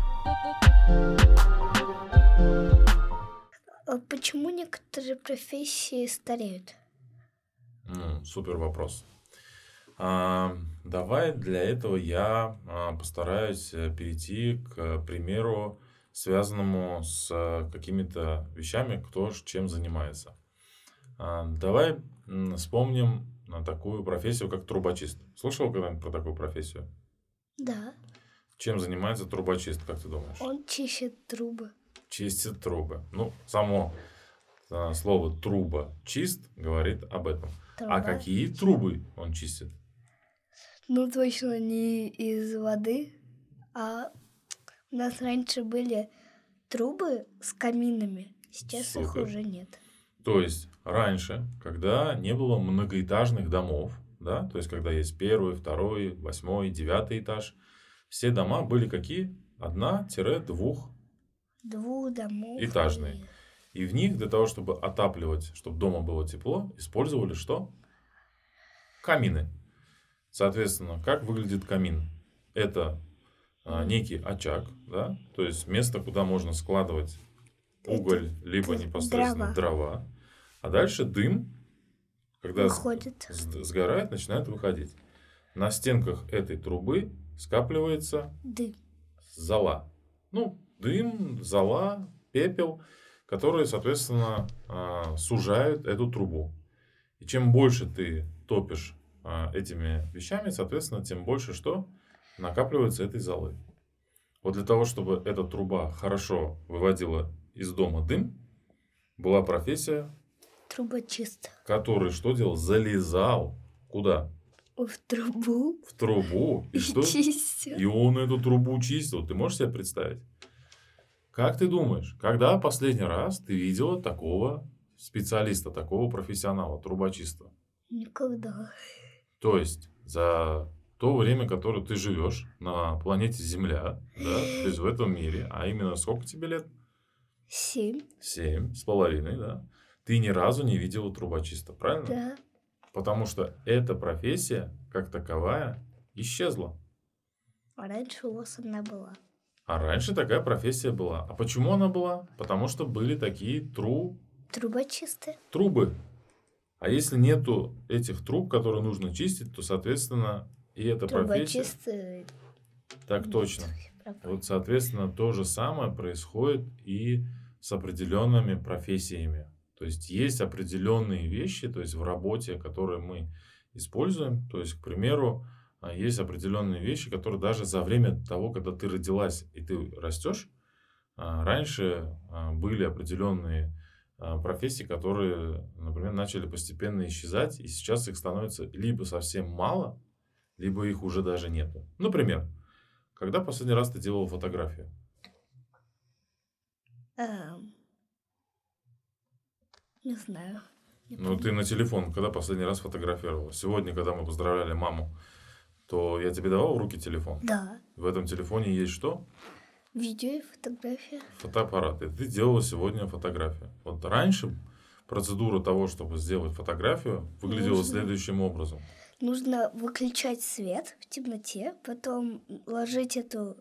Почему некоторые профессии стареют? Ну, супер вопрос. А, давай для этого я а, постараюсь перейти к примеру, связанному с какими-то вещами, кто чем занимается. А, давай вспомним такую профессию, как трубочист. Слышал когда-нибудь про такую профессию? Да. Чем занимается трубочист, как ты думаешь? Он чистит трубы. Чистит трубы. Ну, само а, слово труба чист говорит об этом. Труба. А какие трубы он чистит? Ну, точно не из воды, а у нас раньше были трубы с каминами, Сейчас Супер. их уже нет. То есть раньше, когда не было многоэтажных домов, да, то есть когда есть первый, второй, восьмой, девятый этаж, все дома были какие? Одна-двух Двух домов. этажные. И в них для того, чтобы отапливать, чтобы дома было тепло, использовали что? Камины. Соответственно, как выглядит камин? Это а, некий очаг, да, то есть место, куда можно складывать уголь, Это либо д- непосредственно дрова. дрова. А дальше дым, когда с- Выходит. с- сгорает, начинает выходить. На стенках этой трубы скапливается Дым. зола. Ну, дым, зола, пепел, которые, соответственно, а, сужают эту трубу. И чем больше ты топишь а, этими вещами, соответственно, тем больше что накапливается этой золы. Вот для того, чтобы эта труба хорошо выводила из дома дым, была профессия, Трубочист. который что делал? Залезал куда? В трубу. В трубу. И И что? чистил. И он эту трубу чистил. Ты можешь себе представить? Как ты думаешь, когда последний раз ты видела такого специалиста, такого профессионала, трубочиста? Никогда. То есть за то время, которое ты живешь на планете Земля, да, то есть в этом мире, а именно сколько тебе лет? Семь. Семь с половиной, да. Ты ни разу не видела трубочиста, правильно? Да. Потому что эта профессия, как таковая, исчезла. А раньше у вас она была. А раньше такая профессия была. А почему она была? Потому что были такие тру... Трубочисты. трубы. А если нету этих труб, которые нужно чистить, то, соответственно, и эта профессия... Трубочисты. Так точно. Вот, соответственно, то же самое происходит и с определенными профессиями. То есть есть определенные вещи, то есть в работе, которые мы используем. То есть, к примеру, а, есть определенные вещи, которые даже за время того, когда ты родилась и ты растешь, а, раньше а, были определенные а, профессии, которые, например, начали постепенно исчезать, и сейчас их становится либо совсем мало, либо их уже даже нету. Например, когда последний раз ты делал фотографию? Эм, Не знаю. Не Ну, помню. ты на телефон, когда последний раз фотографировала? Сегодня, когда мы поздравляли маму, то я тебе давал в руки телефон. Да. В этом телефоне есть что? Видео и фотография. Фотоаппарат. И ты делала сегодня фотографию. Вот раньше процедура того, чтобы сделать фотографию, выглядела Нужно. следующим образом. Нужно выключать свет в темноте, потом ложить эту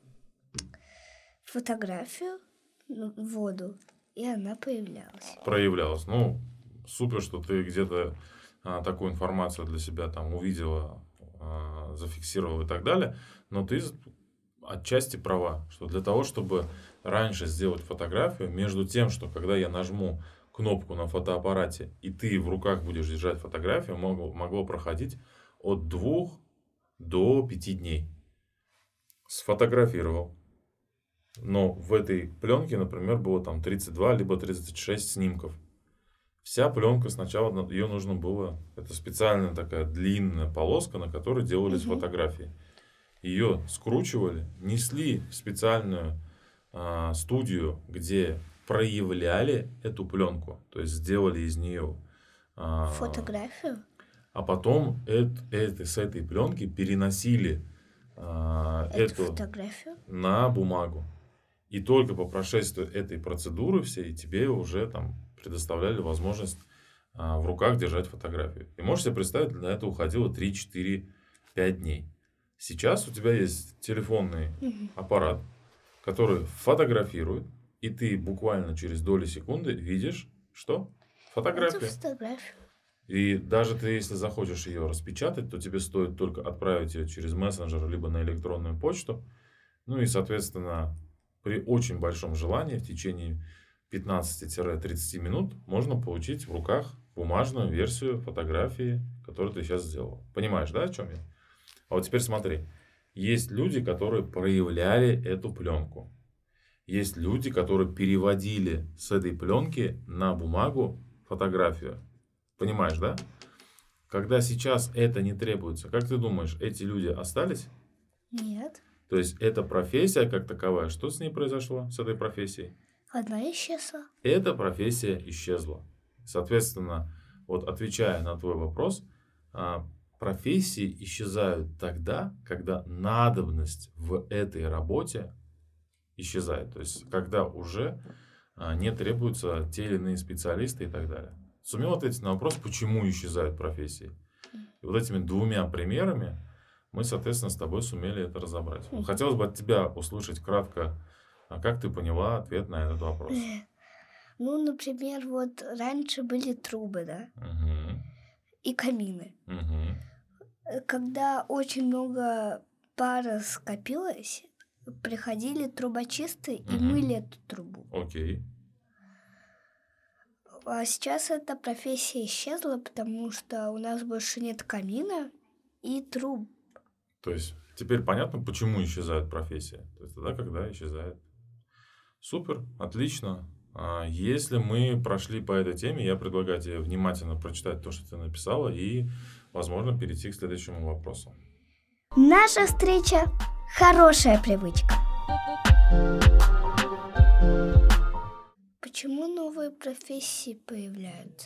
фотографию в воду, и она появлялась. Проявлялась. Ну, супер, что ты где-то а, такую информацию для себя там увидела, а, зафиксировала и так далее. Но ты отчасти права, что для того, чтобы раньше сделать фотографию, между тем, что когда я нажму кнопку на фотоаппарате, и ты в руках будешь держать фотографию, могло, могло проходить от двух до пяти дней. Сфотографировал. Но в этой пленке, например, было там тридцать два либо тридцать шесть снимков. Вся пленка сначала, ее нужно было, это специальная такая длинная полоска, на которой делались Мгм. фотографии. Ее скручивали, несли в специальную а, студию, где проявляли эту пленку, то есть сделали из нее. а, Фотографию? А потом эт- это, с этой пленки переносили а, Эту эту фотографию? на бумагу. И только по прошествию этой процедуры всей тебе уже там предоставляли возможность а, в руках держать фотографию. И можешь себе представить, на это уходило три-четыре-пять дней. Сейчас у тебя есть телефонный Мгм. аппарат, который фотографирует, и ты буквально через доли секунды видишь, что? Эту Фотографию. фотографию. И даже ты, если захочешь ее распечатать, то тебе стоит только отправить ее через мессенджер, либо на электронную почту. Ну и, соответственно, при очень большом желании в течение пятнадцати-тридцати минут можно получить в руках бумажную версию фотографии, которую ты сейчас сделал. Понимаешь, да, о чем я? А вот теперь смотри. Есть люди, которые проявляли эту пленку. Есть люди, которые переводили с этой пленки на бумагу фотографию. Понимаешь, да? Когда сейчас это не требуется, как ты думаешь, эти люди остались? Нет. То есть, эта профессия как таковая, что с ней произошло, с этой профессией? Одна исчезла. Эта профессия исчезла. Соответственно, вот отвечая на твой вопрос, а, профессии исчезают тогда, когда надобность в этой работе исчезает. То есть, когда уже а, не требуются те или иные специалисты и так далее. Сумел ответить на вопрос, почему исчезают профессии? И вот этими двумя примерами мы, соответственно, с тобой сумели это разобрать. Вот хотелось бы от тебя услышать кратко, а как ты поняла ответ на этот вопрос. Ну, например, вот раньше были трубы, да, Угу. и камины. Угу. Когда очень много пара скопилось, приходили трубочисты и Мгм. мыли эту трубу. Окей. А сейчас эта профессия исчезла, потому что у нас больше нет камина и труб. То есть теперь понятно, почему исчезают профессии. То есть тогда, когда исчезает. Супер, отлично. А, Если мы прошли по этой теме, я предлагаю тебе внимательно прочитать то, что ты написала, и, возможно, перейти к следующему вопросу. Наша встреча – хорошая привычка. Почему новые профессии появляются?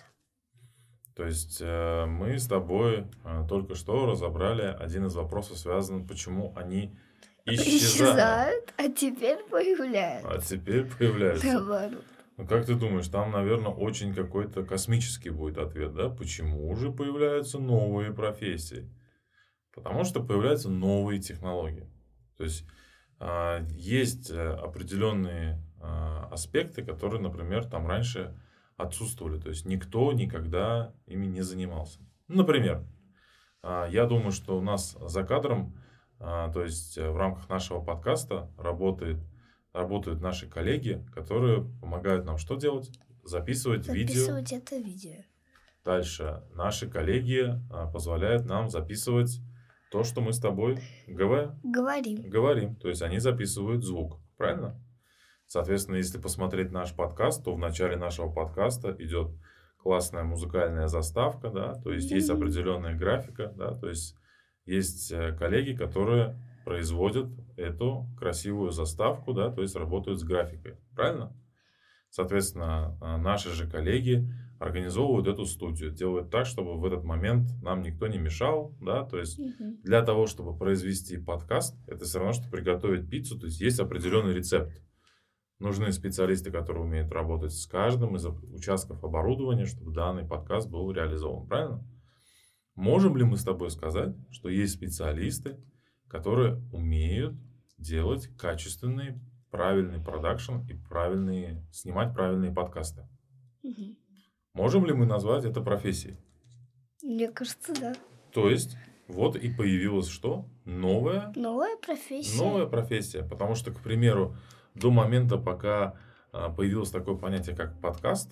То есть э, мы с тобой э, только что разобрали один из вопросов, связанный, почему они исчезают, Исчезают, а теперь появляются. а теперь появляются. Наоборот. Ну, как ты думаешь, там, наверное, очень какой-то космический будет ответ, да? Почему же появляются новые профессии? Потому что появляются новые технологии. То есть а, есть э, определенные а, аспекты, которые, например, там раньше отсутствовали. То есть никто никогда ими не занимался. Например, а, я думаю, что у нас за кадром, а, то есть э, в рамках нашего подкаста работает, работают наши коллеги, которые помогают нам что делать? Записывать видео. Записывать это видео. Дальше наши коллеги а, позволяют нам записывать то, что мы с тобой говорим. Говорим. говорим. То есть они записывают звук. Правильно? Соответственно, если посмотреть наш подкаст, то в начале нашего подкаста идет классная музыкальная заставка, да, то есть есть определенная графика, да, то есть есть э, коллеги, которые производят эту красивую заставку, да, то есть работают с графикой. Правильно? Соответственно, а, наши же коллеги организовывают эту студию, делают так, чтобы в этот момент нам никто не мешал, да, то есть Мгм. для того, чтобы произвести подкаст, это все равно, что приготовить пиццу, то есть есть определенный рецепт. Нужны специалисты, которые умеют работать с каждым из участков оборудования, чтобы данный подкаст был реализован, правильно? Можем ли мы с тобой сказать, что есть специалисты, которые умеют делать качественный, правильный продакшн и правильные, снимать правильные подкасты? Мгм. Можем ли мы назвать это профессией? Мне кажется, да. То есть, вот и появилась что? Новая, Новая профессия. новая профессия. Потому что, к примеру, до момента, пока а, появилось такое понятие, как подкаст,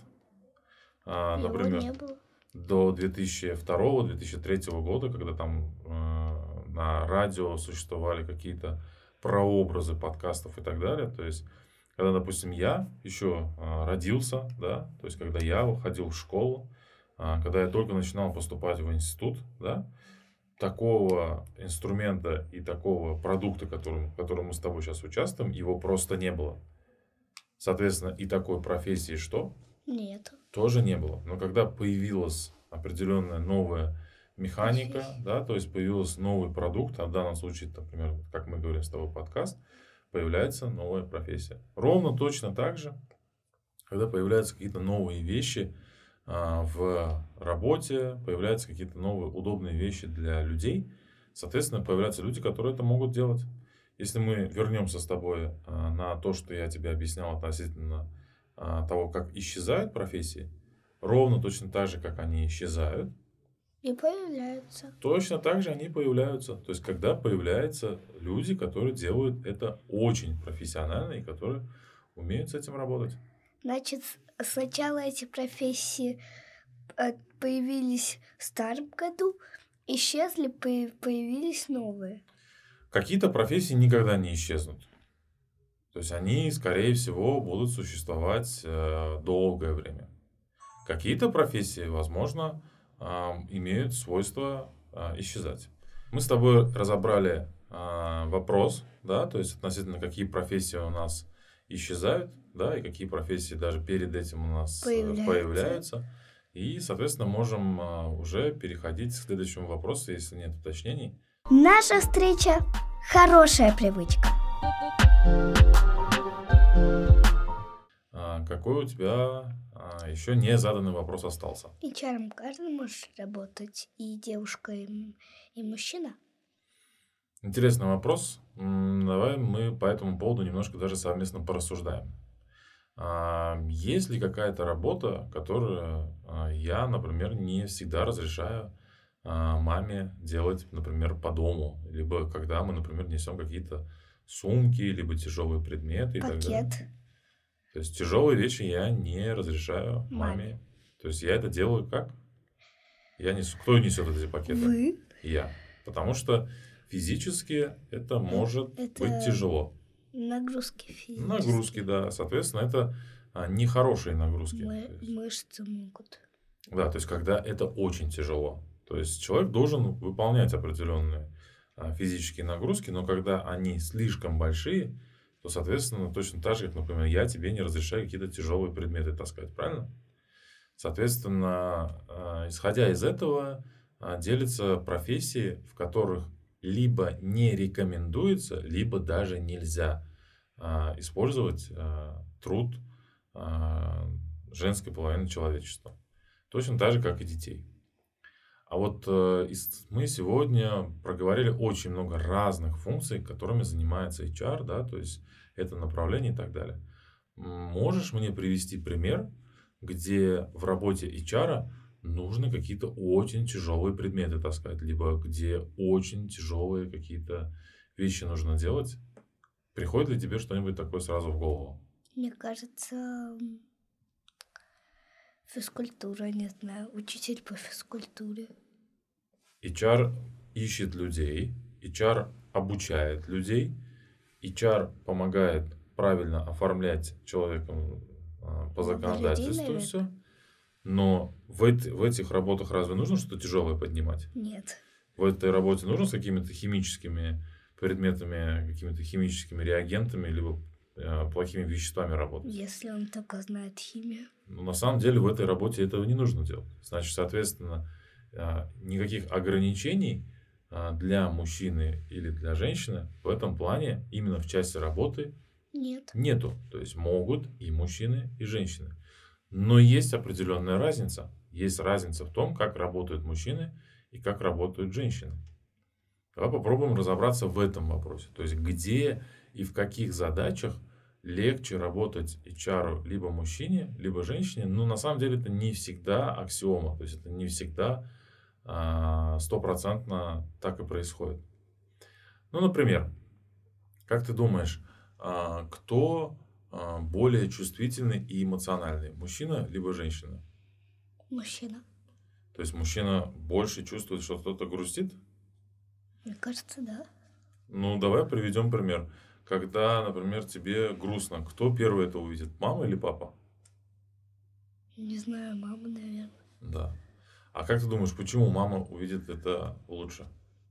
а, Его например, не было. до две тысячи второго - две тысячи третьего года, когда там э, на радио существовали какие-то прообразы подкастов и так далее. То есть, когда, допустим, я еще э, родился, да, то есть, когда я ходил в школу, э, когда я только начинал поступать в институт, да, такого инструмента и такого продукта, которым, в котором мы с тобой сейчас участвуем, его просто не было. Соответственно, и такой профессии что? Нет. Тоже не было. Но когда появилась определенная новая механика, да, то есть появился новый продукт, а в данном случае, например, как мы говорим с тобой, подкаст, появляется новая профессия. Ровно точно так же, когда появляются какие-то новые вещи а, в работе, появляются какие-то новые удобные вещи для людей, соответственно, появляются люди, которые это могут делать. Если мы вернемся с тобой а, на то, что я тебе объяснял относительно а, того, как исчезают профессии, ровно точно так же, как они исчезают, И появляются. точно так же они появляются. То есть, когда появляются люди, которые делают это очень профессионально и которые умеют с этим работать. Значит, с- сначала эти профессии э, появились в старом году, исчезли, по- появились новые. Какие-то профессии никогда не исчезнут. То есть, они, скорее всего, будут существовать э, долгое время. Какие-то профессии, возможно, а, имеют свойство а, исчезать. Мы с тобой разобрали а, вопрос, да, то есть относительно какие профессии у нас исчезают, да, и какие профессии даже перед этим у нас Появляются. появляются. И, соответственно, можем уже переходить к следующему вопросу, если нет уточнений. Наша встреча – хорошая привычка. Какой у тебя еще не заданный вопрос остался? эйч ар каждый может работать, и девушка, и, и мужчина. Интересный вопрос. Давай мы по этому поводу немножко даже совместно порассуждаем. Есть ли какая-то работа, которую я, например, не всегда разрешаю маме делать, например, по дому, либо когда мы, например, несем какие-то сумки, либо тяжелые предметы и Пакет. так далее. То есть тяжелые вещи я не разрешаю маме. Маме. То есть я это делаю как? Я несу. Кто несет эти пакеты? Вы. Я. Потому что физически это может Это быть тяжело. Нагрузки физические. Нагрузки, да. Соответственно, это а, нехорошие нагрузки. Мы, То есть, мышцы могут. да, то есть когда это очень тяжело. То есть человек должен выполнять определенные а, физические нагрузки, но когда они слишком большие, то, соответственно, точно так же, как, например, я тебе не разрешаю какие-то тяжелые предметы таскать, правильно? Соответственно, а, исходя из этого, а, делятся профессии, в которых либо не рекомендуется, либо даже нельзя а, использовать а, труд а, женской половины человечества. Точно так же, как и детей. А вот э, мы сегодня проговорили очень много разных функций, которыми занимается эйч ар, да, то есть это направление и так далее. Можешь мне привести пример, где в работе эйч ар нужно какие-то очень тяжелые предметы таскать, либо где очень тяжелые какие-то вещи нужно делать? Приходит ли тебе что-нибудь такое сразу в голову? Мне кажется, физкультура, не знаю, учитель по физкультуре. эйч ар ищет людей, эйч ар обучает людей, эйч ар помогает правильно оформлять человеком по законодательству все. Но в, эти, в этих работах разве нужно что-то тяжелое поднимать? Нет. В этой работе нужно с какими-то химическими предметами, какими-то химическими реагентами, либо э, плохими веществами работать? Если он только знает химию. Но на самом деле в этой работе этого не нужно делать. Значит, соответственно, э, никаких ограничений э, для мужчины или для женщины в этом плане именно в части работы Нет. нету. То есть могут и мужчины, и женщины. Но есть определенная разница. Есть разница в том, как работают мужчины и как работают женщины. Давай попробуем разобраться в этом вопросе. То есть, где и в каких задачах легче работать эйч ар либо мужчине, либо женщине. Но на самом деле это не всегда аксиома. То есть, это не всегда стопроцентно так и происходит. Ну, например, как ты думаешь, а, кто а, более чувствительный и эмоциональный? Мужчина либо женщина? Мужчина. То есть мужчина больше чувствует, что кто-то грустит? Мне кажется, да. Ну, давай приведем пример. Когда, например, тебе грустно, кто первый это увидит? Мама или папа? Не знаю, мама, наверное. Да. А как ты думаешь, почему мама увидит это лучше?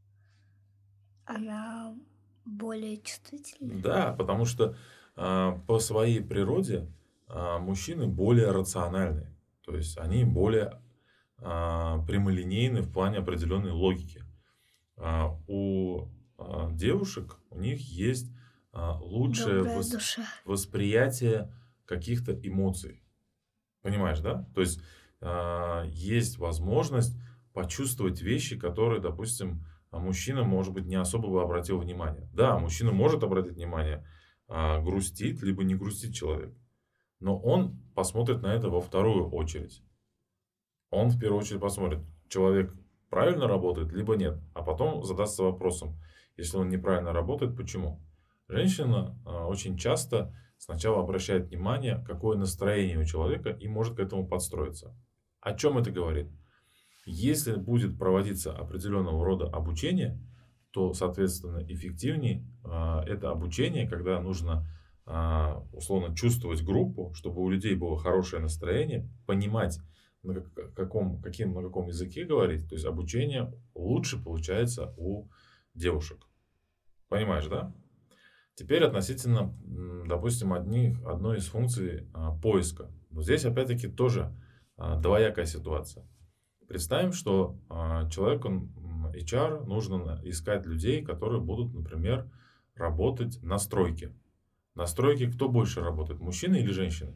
Она более чувствительная? Да, потому что э, по своей природе э, мужчины более рациональны. То есть они более э, прямолинейны в плане определенной логики. Э, у э, девушек у них есть э, лучшее вос- восприятие каких-то эмоций. Понимаешь, да? То есть э, есть возможность почувствовать вещи, которые, допустим, мужчина, может быть, не особо бы обратил внимание. Да, мужчина может обратить внимание, э, грустит, либо не грустит человек. Но он посмотрит на это во вторую очередь. Он в первую очередь посмотрит, человек правильно работает, либо нет. А потом задастся вопросом, если он неправильно работает, почему? Женщина э, очень часто сначала обращает внимание, какое настроение у человека, и может к этому подстроиться. О чем это говорит? Если будет проводиться определенного рода обучение, то, соответственно, эффективнее э, это обучение, когда нужно э, условно чувствовать группу, чтобы у людей было хорошее настроение, понимать, на каком, каким, на каком языке говорить. То есть обучение лучше получается у девушек. Понимаешь, да? Теперь относительно, допустим, одних, одной из функций а, поиска. Но здесь опять-таки тоже а, двоякая ситуация. Представим, что а, человеку м, эйч ар нужно искать людей, которые будут, например, работать на стройке. На стройке кто больше работает, мужчины или женщины?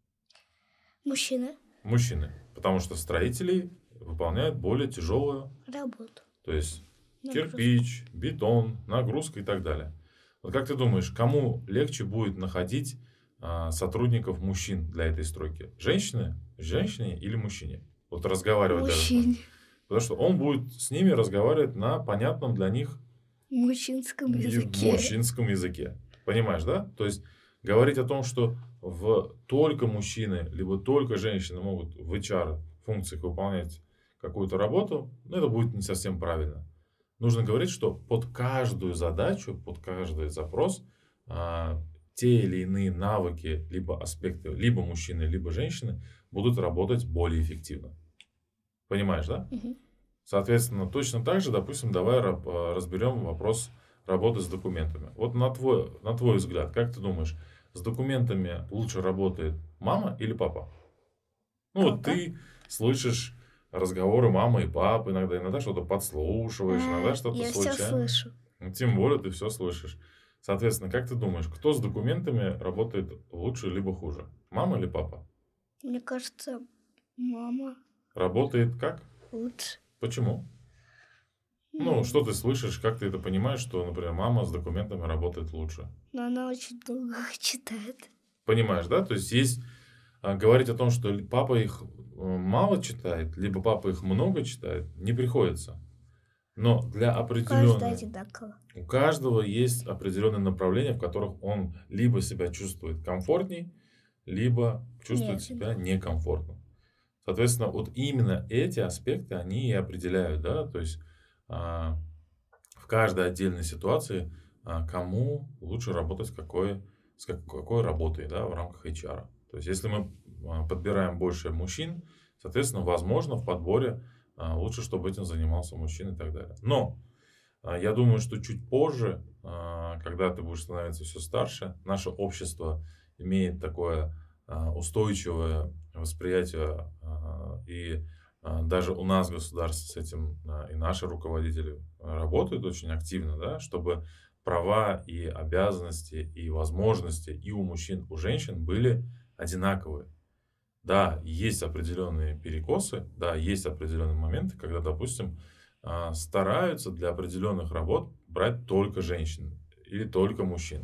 Мужчина. Мужчины. Потому что строители выполняют более тяжелую Работу. То есть Нагрузку. кирпич, бетон, нагрузка и так далее. Вот как ты думаешь, кому легче будет находить а, сотрудников мужчин для этой стройки? Женщины? Женщине или мужчине? Вот разговаривать даже. с ним. Мужчине. Потому что он будет с ними разговаривать на понятном для них Мужчинском и- языке. мужчинском языке. Понимаешь, да? То есть говорить о том, что в только мужчины, либо только женщины могут в эйч ар функциях выполнять какую-то работу, ну, это будет не совсем правильно. Нужно говорить, что под каждую задачу, под каждый запрос а, те или иные навыки, либо аспекты, либо мужчины, либо женщины будут работать более эффективно. Понимаешь, да? Мгм. Соответственно, точно так же, допустим, давай раб- а, разберем вопрос работы с документами. Вот на твой, на твой взгляд, как ты думаешь, с документами лучше работает мама или папа? Ну, вот Папа. ты слышишь разговоры мамы и папы иногда, иногда что-то подслушиваешь, иногда А, что-то Я все случайно. слышу. Ну, тем более ты все слышишь. Соответственно, как ты думаешь, кто с документами работает лучше либо хуже? Мама или папа? Мне кажется, мама Работает как? лучше. Почему? Ну, что ты слышишь, как ты это понимаешь, что, например, мама с документами работает лучше? Но она очень долго читает. Понимаешь, да? То есть есть а, говорить о том, что ли- папа их э, мало читает, либо папа их много читает, не приходится. Но для Каждый определенной... одинаково. У каждого есть определенные направления, в которых он либо себя чувствует комфортней, либо чувствует Нет. себя некомфортно. Соответственно, вот именно эти аспекты, они и определяют, да, то есть а, в каждой отдельной ситуации, а, кому лучше работать с какой, с как- какой работой, да, в рамках эйч ар. То есть, если мы а, подбираем больше мужчин, соответственно, возможно, в подборе а, лучше, чтобы этим занимался мужчина и так далее. Но а, я думаю, что чуть позже, а, когда ты будешь становиться все старше, наше общество имеет такое а, устойчивое восприятие, а, и а, даже у нас государство с этим, а, и наши руководители а, работают очень активно, да, чтобы права и обязанности и возможности и у мужчин, и у женщин были одинаковые. Да, есть определенные перекосы, да, есть определенные моменты, когда, допустим, а, стараются для определенных работ брать только женщин или только мужчин.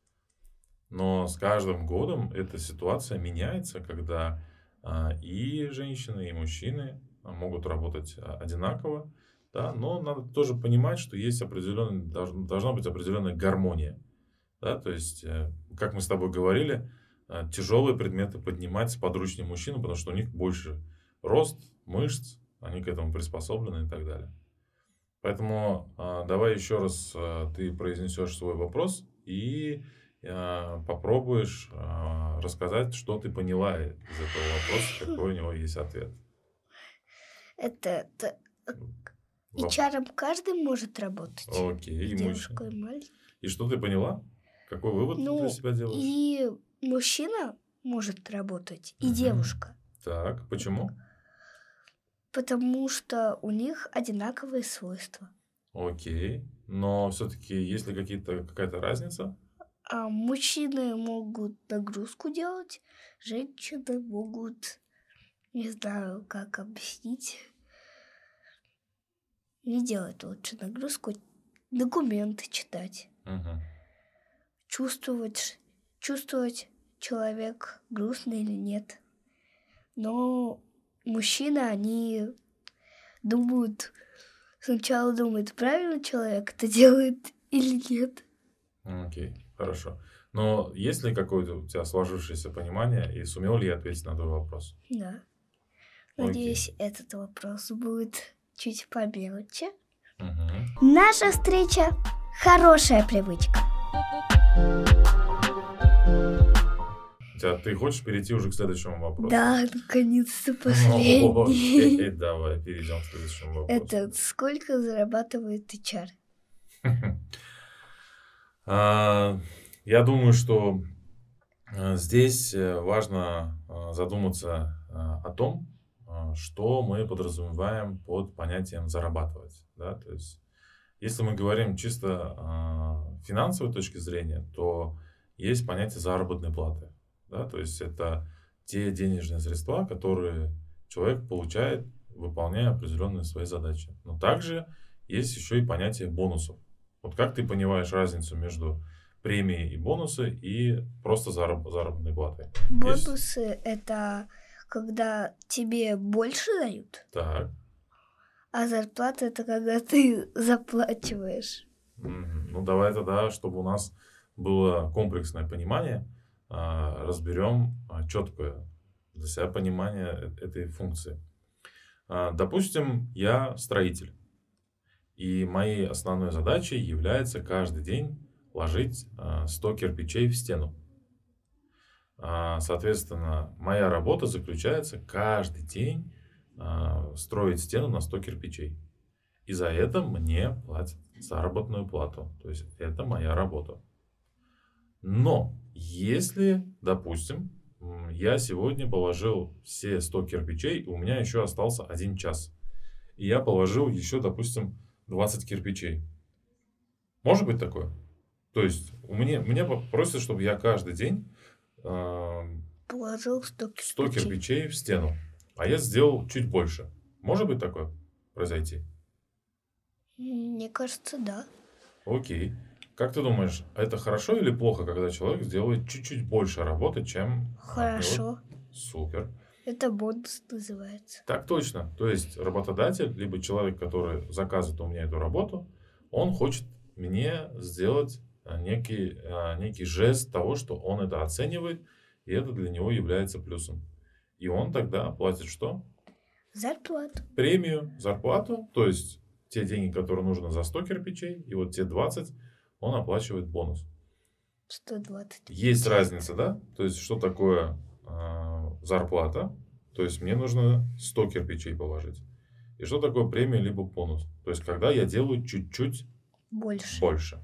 Но с каждым годом эта ситуация меняется, когда а, и женщины, и мужчины а, могут работать а, одинаково, да, но надо тоже понимать, что есть определенная, должна, должна быть определенная гармония. Да, то есть, э, как мы с тобой говорили, э, тяжелые предметы поднимать сподручнее мужчину, потому что у них больше рост, мышц, они к этому приспособлены и так далее. Поэтому а, давай еще раз а, ты произнесешь свой вопрос и а, попробуешь а, рассказать, что ты поняла из этого вопроса, какой у него есть ответ. Это, это Воп- эйч ар каждый может работать. Окей, И и девушка, мужчина. и мальчик. И что ты поняла? Какой вывод ты для Ну, себя делаешь? и мужчина может работать, и Мгм. девушка. Так, почему? Потому что у них одинаковые свойства. Окей. Но все-таки есть ли какие-то, какая-то разница? А мужчины могут нагрузку делать, женщины могут, не знаю, как объяснить, не делать лучше нагрузку, документы читать, Мгм. чувствовать, чувствовать, человек грустный или нет. Но мужчины, они думают, сначала думают, правильно человек это делает или нет. Окей, хорошо. Но есть ли какое-то у тебя сложившееся понимание, и сумел ли я ответить на твой вопрос? Да. Окей. Надеюсь, этот вопрос будет чуть помельче. Мгм. Наша встреча – хорошая привычка. У тебя- Ты хочешь перейти уже к следующему вопросу? Да, наконец-то Окей, последний. давай перейдем к следующему вопросу. Это сколько зарабатывает эйч ар? А, Я думаю, что э, здесь э, важно э, задуматься э, о том, э, что мы подразумеваем под понятием зарабатывать. Да? То есть, если мы говорим чисто э, финансовой точки зрения, то есть понятие заработной платы. Да? То есть это те денежные средства, которые человек получает, выполняя определенные свои задачи. Но также есть еще и понятие бонусов. Вот как ты понимаешь разницу между премией и бонусы и просто зараб- заработной платой? Есть? Бонусы — это когда тебе больше дают, Так. а зарплата — это когда ты заплачиваешь. Мгм. Ну, давай тогда, чтобы у нас было комплексное понимание, а, разберем а, четкое для себя понимание э- этой функции. А, Допустим, я строитель, и моей основной задачей является каждый день ложить а, сто кирпичей в стену. А, Соответственно, моя работа заключается каждый день а, строить стену на сто кирпичей. И за это мне платят заработную плату. То есть это моя работа. Но если, допустим, м, я сегодня положил все сто кирпичей, и у меня еще остался один час. И я положил еще, допустим, двадцать кирпичей. Может быть такое? То есть у меня, меня просят, чтобы я каждый день а, Положил сто сто кирпичей. кирпичей в стену. А я сделал чуть больше. Может быть такое произойти? Мне кажется, да. Окей. Как ты думаешь, это хорошо или плохо, когда человек сделает чуть-чуть больше работы, чем от него? Хорошо. Супер. Это бонус называется. Так точно. То есть работодатель, либо человек, который заказывает у меня эту работу, он хочет мне сделать а, некий, а, некий жест того, что он это оценивает, и это для него является плюсом. И он тогда платит что? Зарплату. Премию, зарплату, то есть те деньги, которые нужно за сто кирпичей, и вот те двадцать он оплачивает бонус. сто двадцать. Есть разница, да? То есть, что такое а, зарплата? То есть, мне нужно сто кирпичей положить. И что такое премия либо бонус? То есть, когда я делаю чуть-чуть Больше. больше.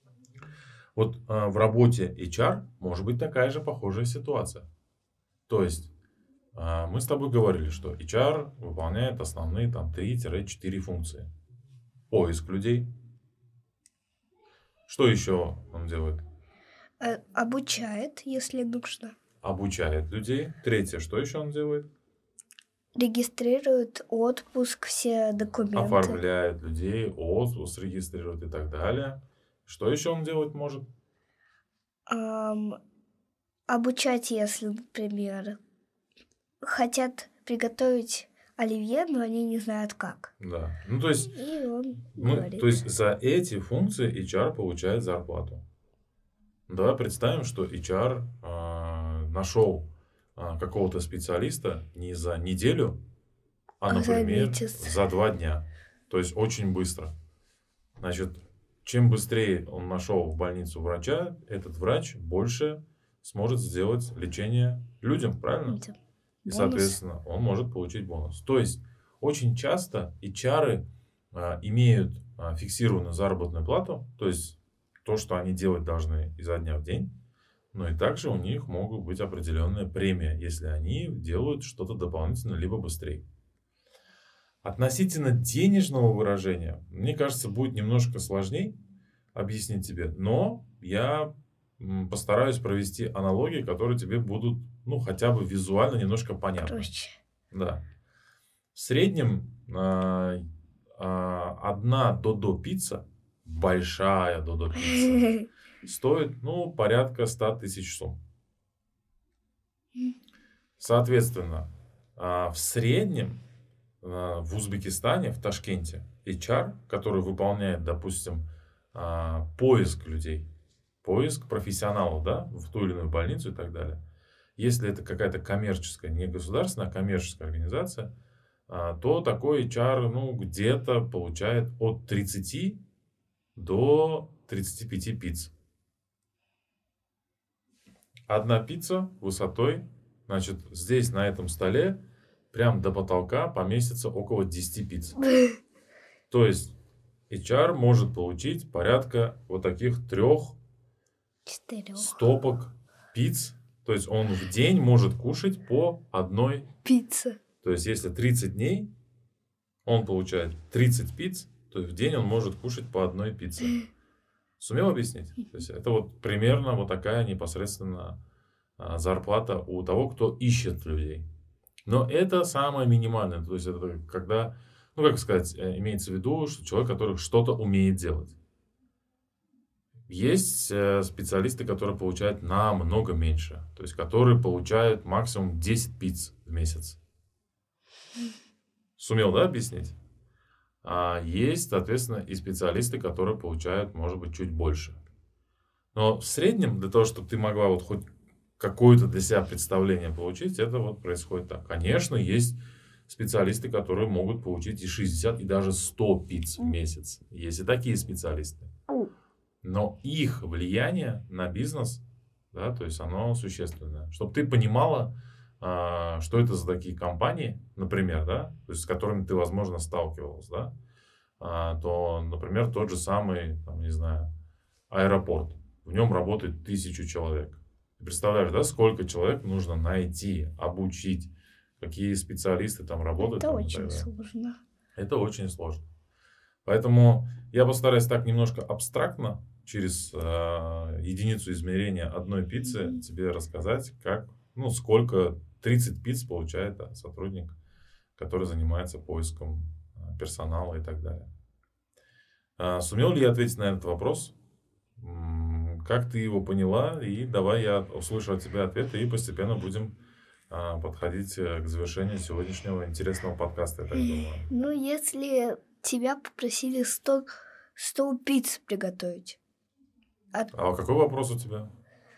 Вот а, в работе эйч ар может быть такая же похожая ситуация. То есть, а, мы с тобой говорили, что эйч ар выполняет основные там три-четыре функции. Поиск людей. Что еще он делает? Э, обучает, если нужно. Обучает людей. Третье, что еще он делает? Регистрирует отпуск, все документы. Оформляет людей, отпуск регистрирует и так далее. Что еще он делать может? Ам, обучать, если, например, хотят приготовить оливье, но они не знают как. Да. Ну, то есть, И он мы, говорит. то есть за эти функции эйч ар получает зарплату. Давай представим, что эйч ар э, нашел э, какого-то специалиста не за неделю, а, А за например, месяц. за два дня. То есть очень быстро. Значит, чем быстрее он нашел в больницу врача, этот врач больше сможет сделать лечение людям, правильно? Видите, И, бонус. соответственно, он может получить бонус. То есть, очень часто эйч ар а, имеют а, фиксированную заработную плату, то есть, то, что они делать должны изо дня в день, но и также у них могут быть определенная премия, если они делают что-то дополнительно, либо быстрее. Относительно денежного выражения, мне кажется, будет немножко сложнее объяснить тебе, но я м, постараюсь провести аналогии, которые тебе будут, ну, хотя бы визуально немножко понятны. Проще. Да. В среднем а, а, одна додо пицца, большая додо пицца, стоит, ну, порядка ста тысяч сом. Соответственно, а, в среднем а, в Узбекистане, в Ташкенте, эйч ар, который выполняет, допустим, а, поиск людей, поиск профессионалов, да, в ту или иную больницу и так далее. Если это какая-то коммерческая, не государственная, а коммерческая организация, а, то такой эйч ар, ну, где-то получает от тридцати до тридцати пяти пиц. Одна пицца высотой, значит, здесь на этом столе прям до потолка поместится около десяти пиц. То есть эйч ар может получить порядка вот таких трех Четырех. стопок пиц. То есть он в день может кушать по одной Пицца. То есть если тридцать дней, он получает тридцать пиц, то в день он может кушать по одной пицце. Сумел объяснить? То есть это вот примерно вот такая непосредственно а, зарплата у того, кто ищет людей. Но это самое минимальное. То есть это когда, ну как сказать, имеется в виду, что человек, который что-то умеет делать. Есть э, специалисты, которые получают намного меньше. То есть которые получают максимум десять пиц в месяц. Сумел, да, объяснить? А есть, соответственно, и специалисты, которые получают, может быть, чуть больше. Но в среднем, для того, чтобы ты могла вот хоть какое-то для себя представление получить, это вот происходит так. Конечно, есть специалисты, которые могут получить и шестьдесят, и даже сто пиц в месяц. Есть и такие специалисты. Но их влияние на бизнес, да, то есть оно существенное. Чтобы ты понимала, а, что это за такие компании, например, да, то есть с которыми ты, возможно, сталкивалась, да, а, то, например, тот же самый, там, не знаю, аэропорт. В нем работает тысячу человек. Ты представляешь, да, сколько человек нужно найти, обучить, какие специалисты там работают. Это там, очень сложно. Это очень сложно. Поэтому я постараюсь так немножко абстрактно через э, единицу измерения одной пиццы mm-hmm. тебе рассказать, как, ну, сколько тридцать пиц получает да, сотрудник, который занимается поиском персонала и так далее. А, сумел ли я ответить на этот вопрос? М-м, как ты его поняла? И давай я услышу от тебя ответы и постепенно будем а, подходить к завершению сегодняшнего интересного подкаста, я так думаю. Ну, если тебя попросили сто, сто пиц приготовить. От... А какой вопрос у тебя?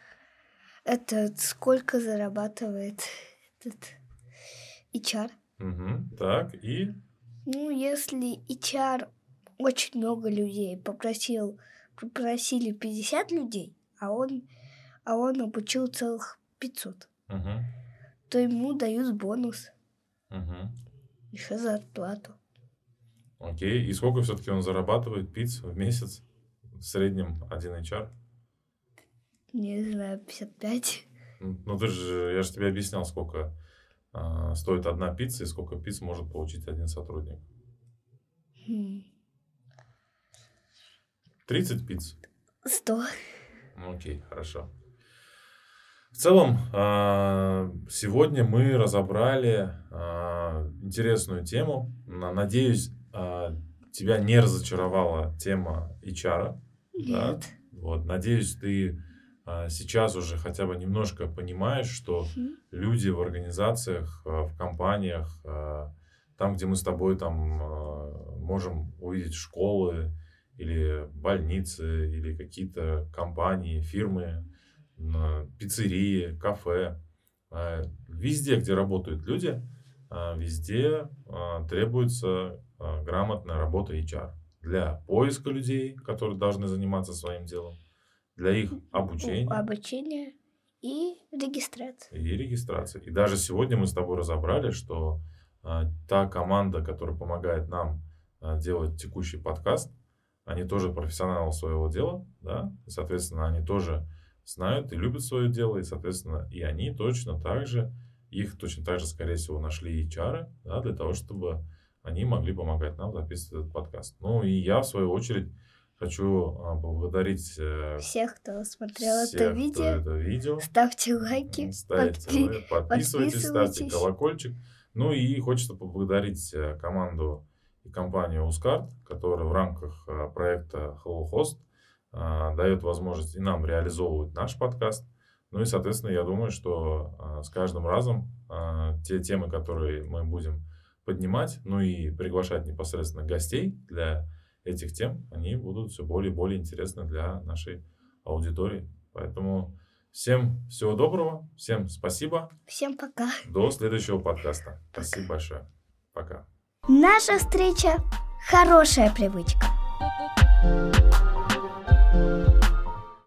Это сколько зарабатывает этот эйч ар? Угу, так, и? Ну, если эйч ар очень много людей попросил, попросили пятьдесят людей, а он, а он обучил целых пятьсот, угу. то ему дают бонус. Угу. Еще зарплату. Окей, и сколько все-таки он зарабатывает пиц в месяц? В среднем один эйч ар? Не знаю, пятьдесят пять. Ну, ты же, я же тебе объяснял, сколько а, стоит одна пицца и сколько пиц может получить один сотрудник. Хм. тридцать пиц? сто. Окей, хорошо. В целом, а, сегодня мы разобрали а, интересную тему. Надеюсь, а, тебя не разочаровала тема эйч ар. Нет. Да? Вот, надеюсь, ты а, сейчас уже хотя бы немножко понимаешь, что mm-hmm. люди в организациях, а, в компаниях, а, там, где мы с тобой там, а, можем увидеть школы или больницы, или какие-то компании, фирмы, а, пиццерии, кафе, а, везде, где работают люди, а, везде а, требуется а, грамотная работа эйч ар. Для поиска людей, которые должны заниматься своим делом, для их обучения. Обучения и регистрации. И регистрации. И даже сегодня мы с тобой разобрали, что а, та команда, которая помогает нам а, делать текущий подкаст, они тоже профессионалы своего дела, да, и, соответственно, они тоже знают и любят свое дело, и, соответственно, и они точно так же, их точно так же, скорее всего, нашли эйч ар, да, для того, чтобы они могли помогать нам записывать этот подкаст. Ну и я, в свою очередь, хочу а, поблагодарить э, всех, кто смотрел всех, это, видео. Кто это видео. Ставьте лайки, ставьте, подпи- подписывайтесь, ставьте колокольчик. Ну и хочется поблагодарить команду и компанию Ускарт, которая в рамках а, проекта HelloHost а, дает возможность и нам реализовывать наш подкаст. Ну и, соответственно, я думаю, что а, с каждым разом а, те темы, которые мы будем поднимать, ну и приглашать непосредственно гостей для этих тем, они будут все более и более интересны для нашей аудитории. Поэтому всем всего доброго, всем спасибо. Всем пока. До следующего подкаста. Спасибо большое. Пока. Наша встреча – хорошая привычка.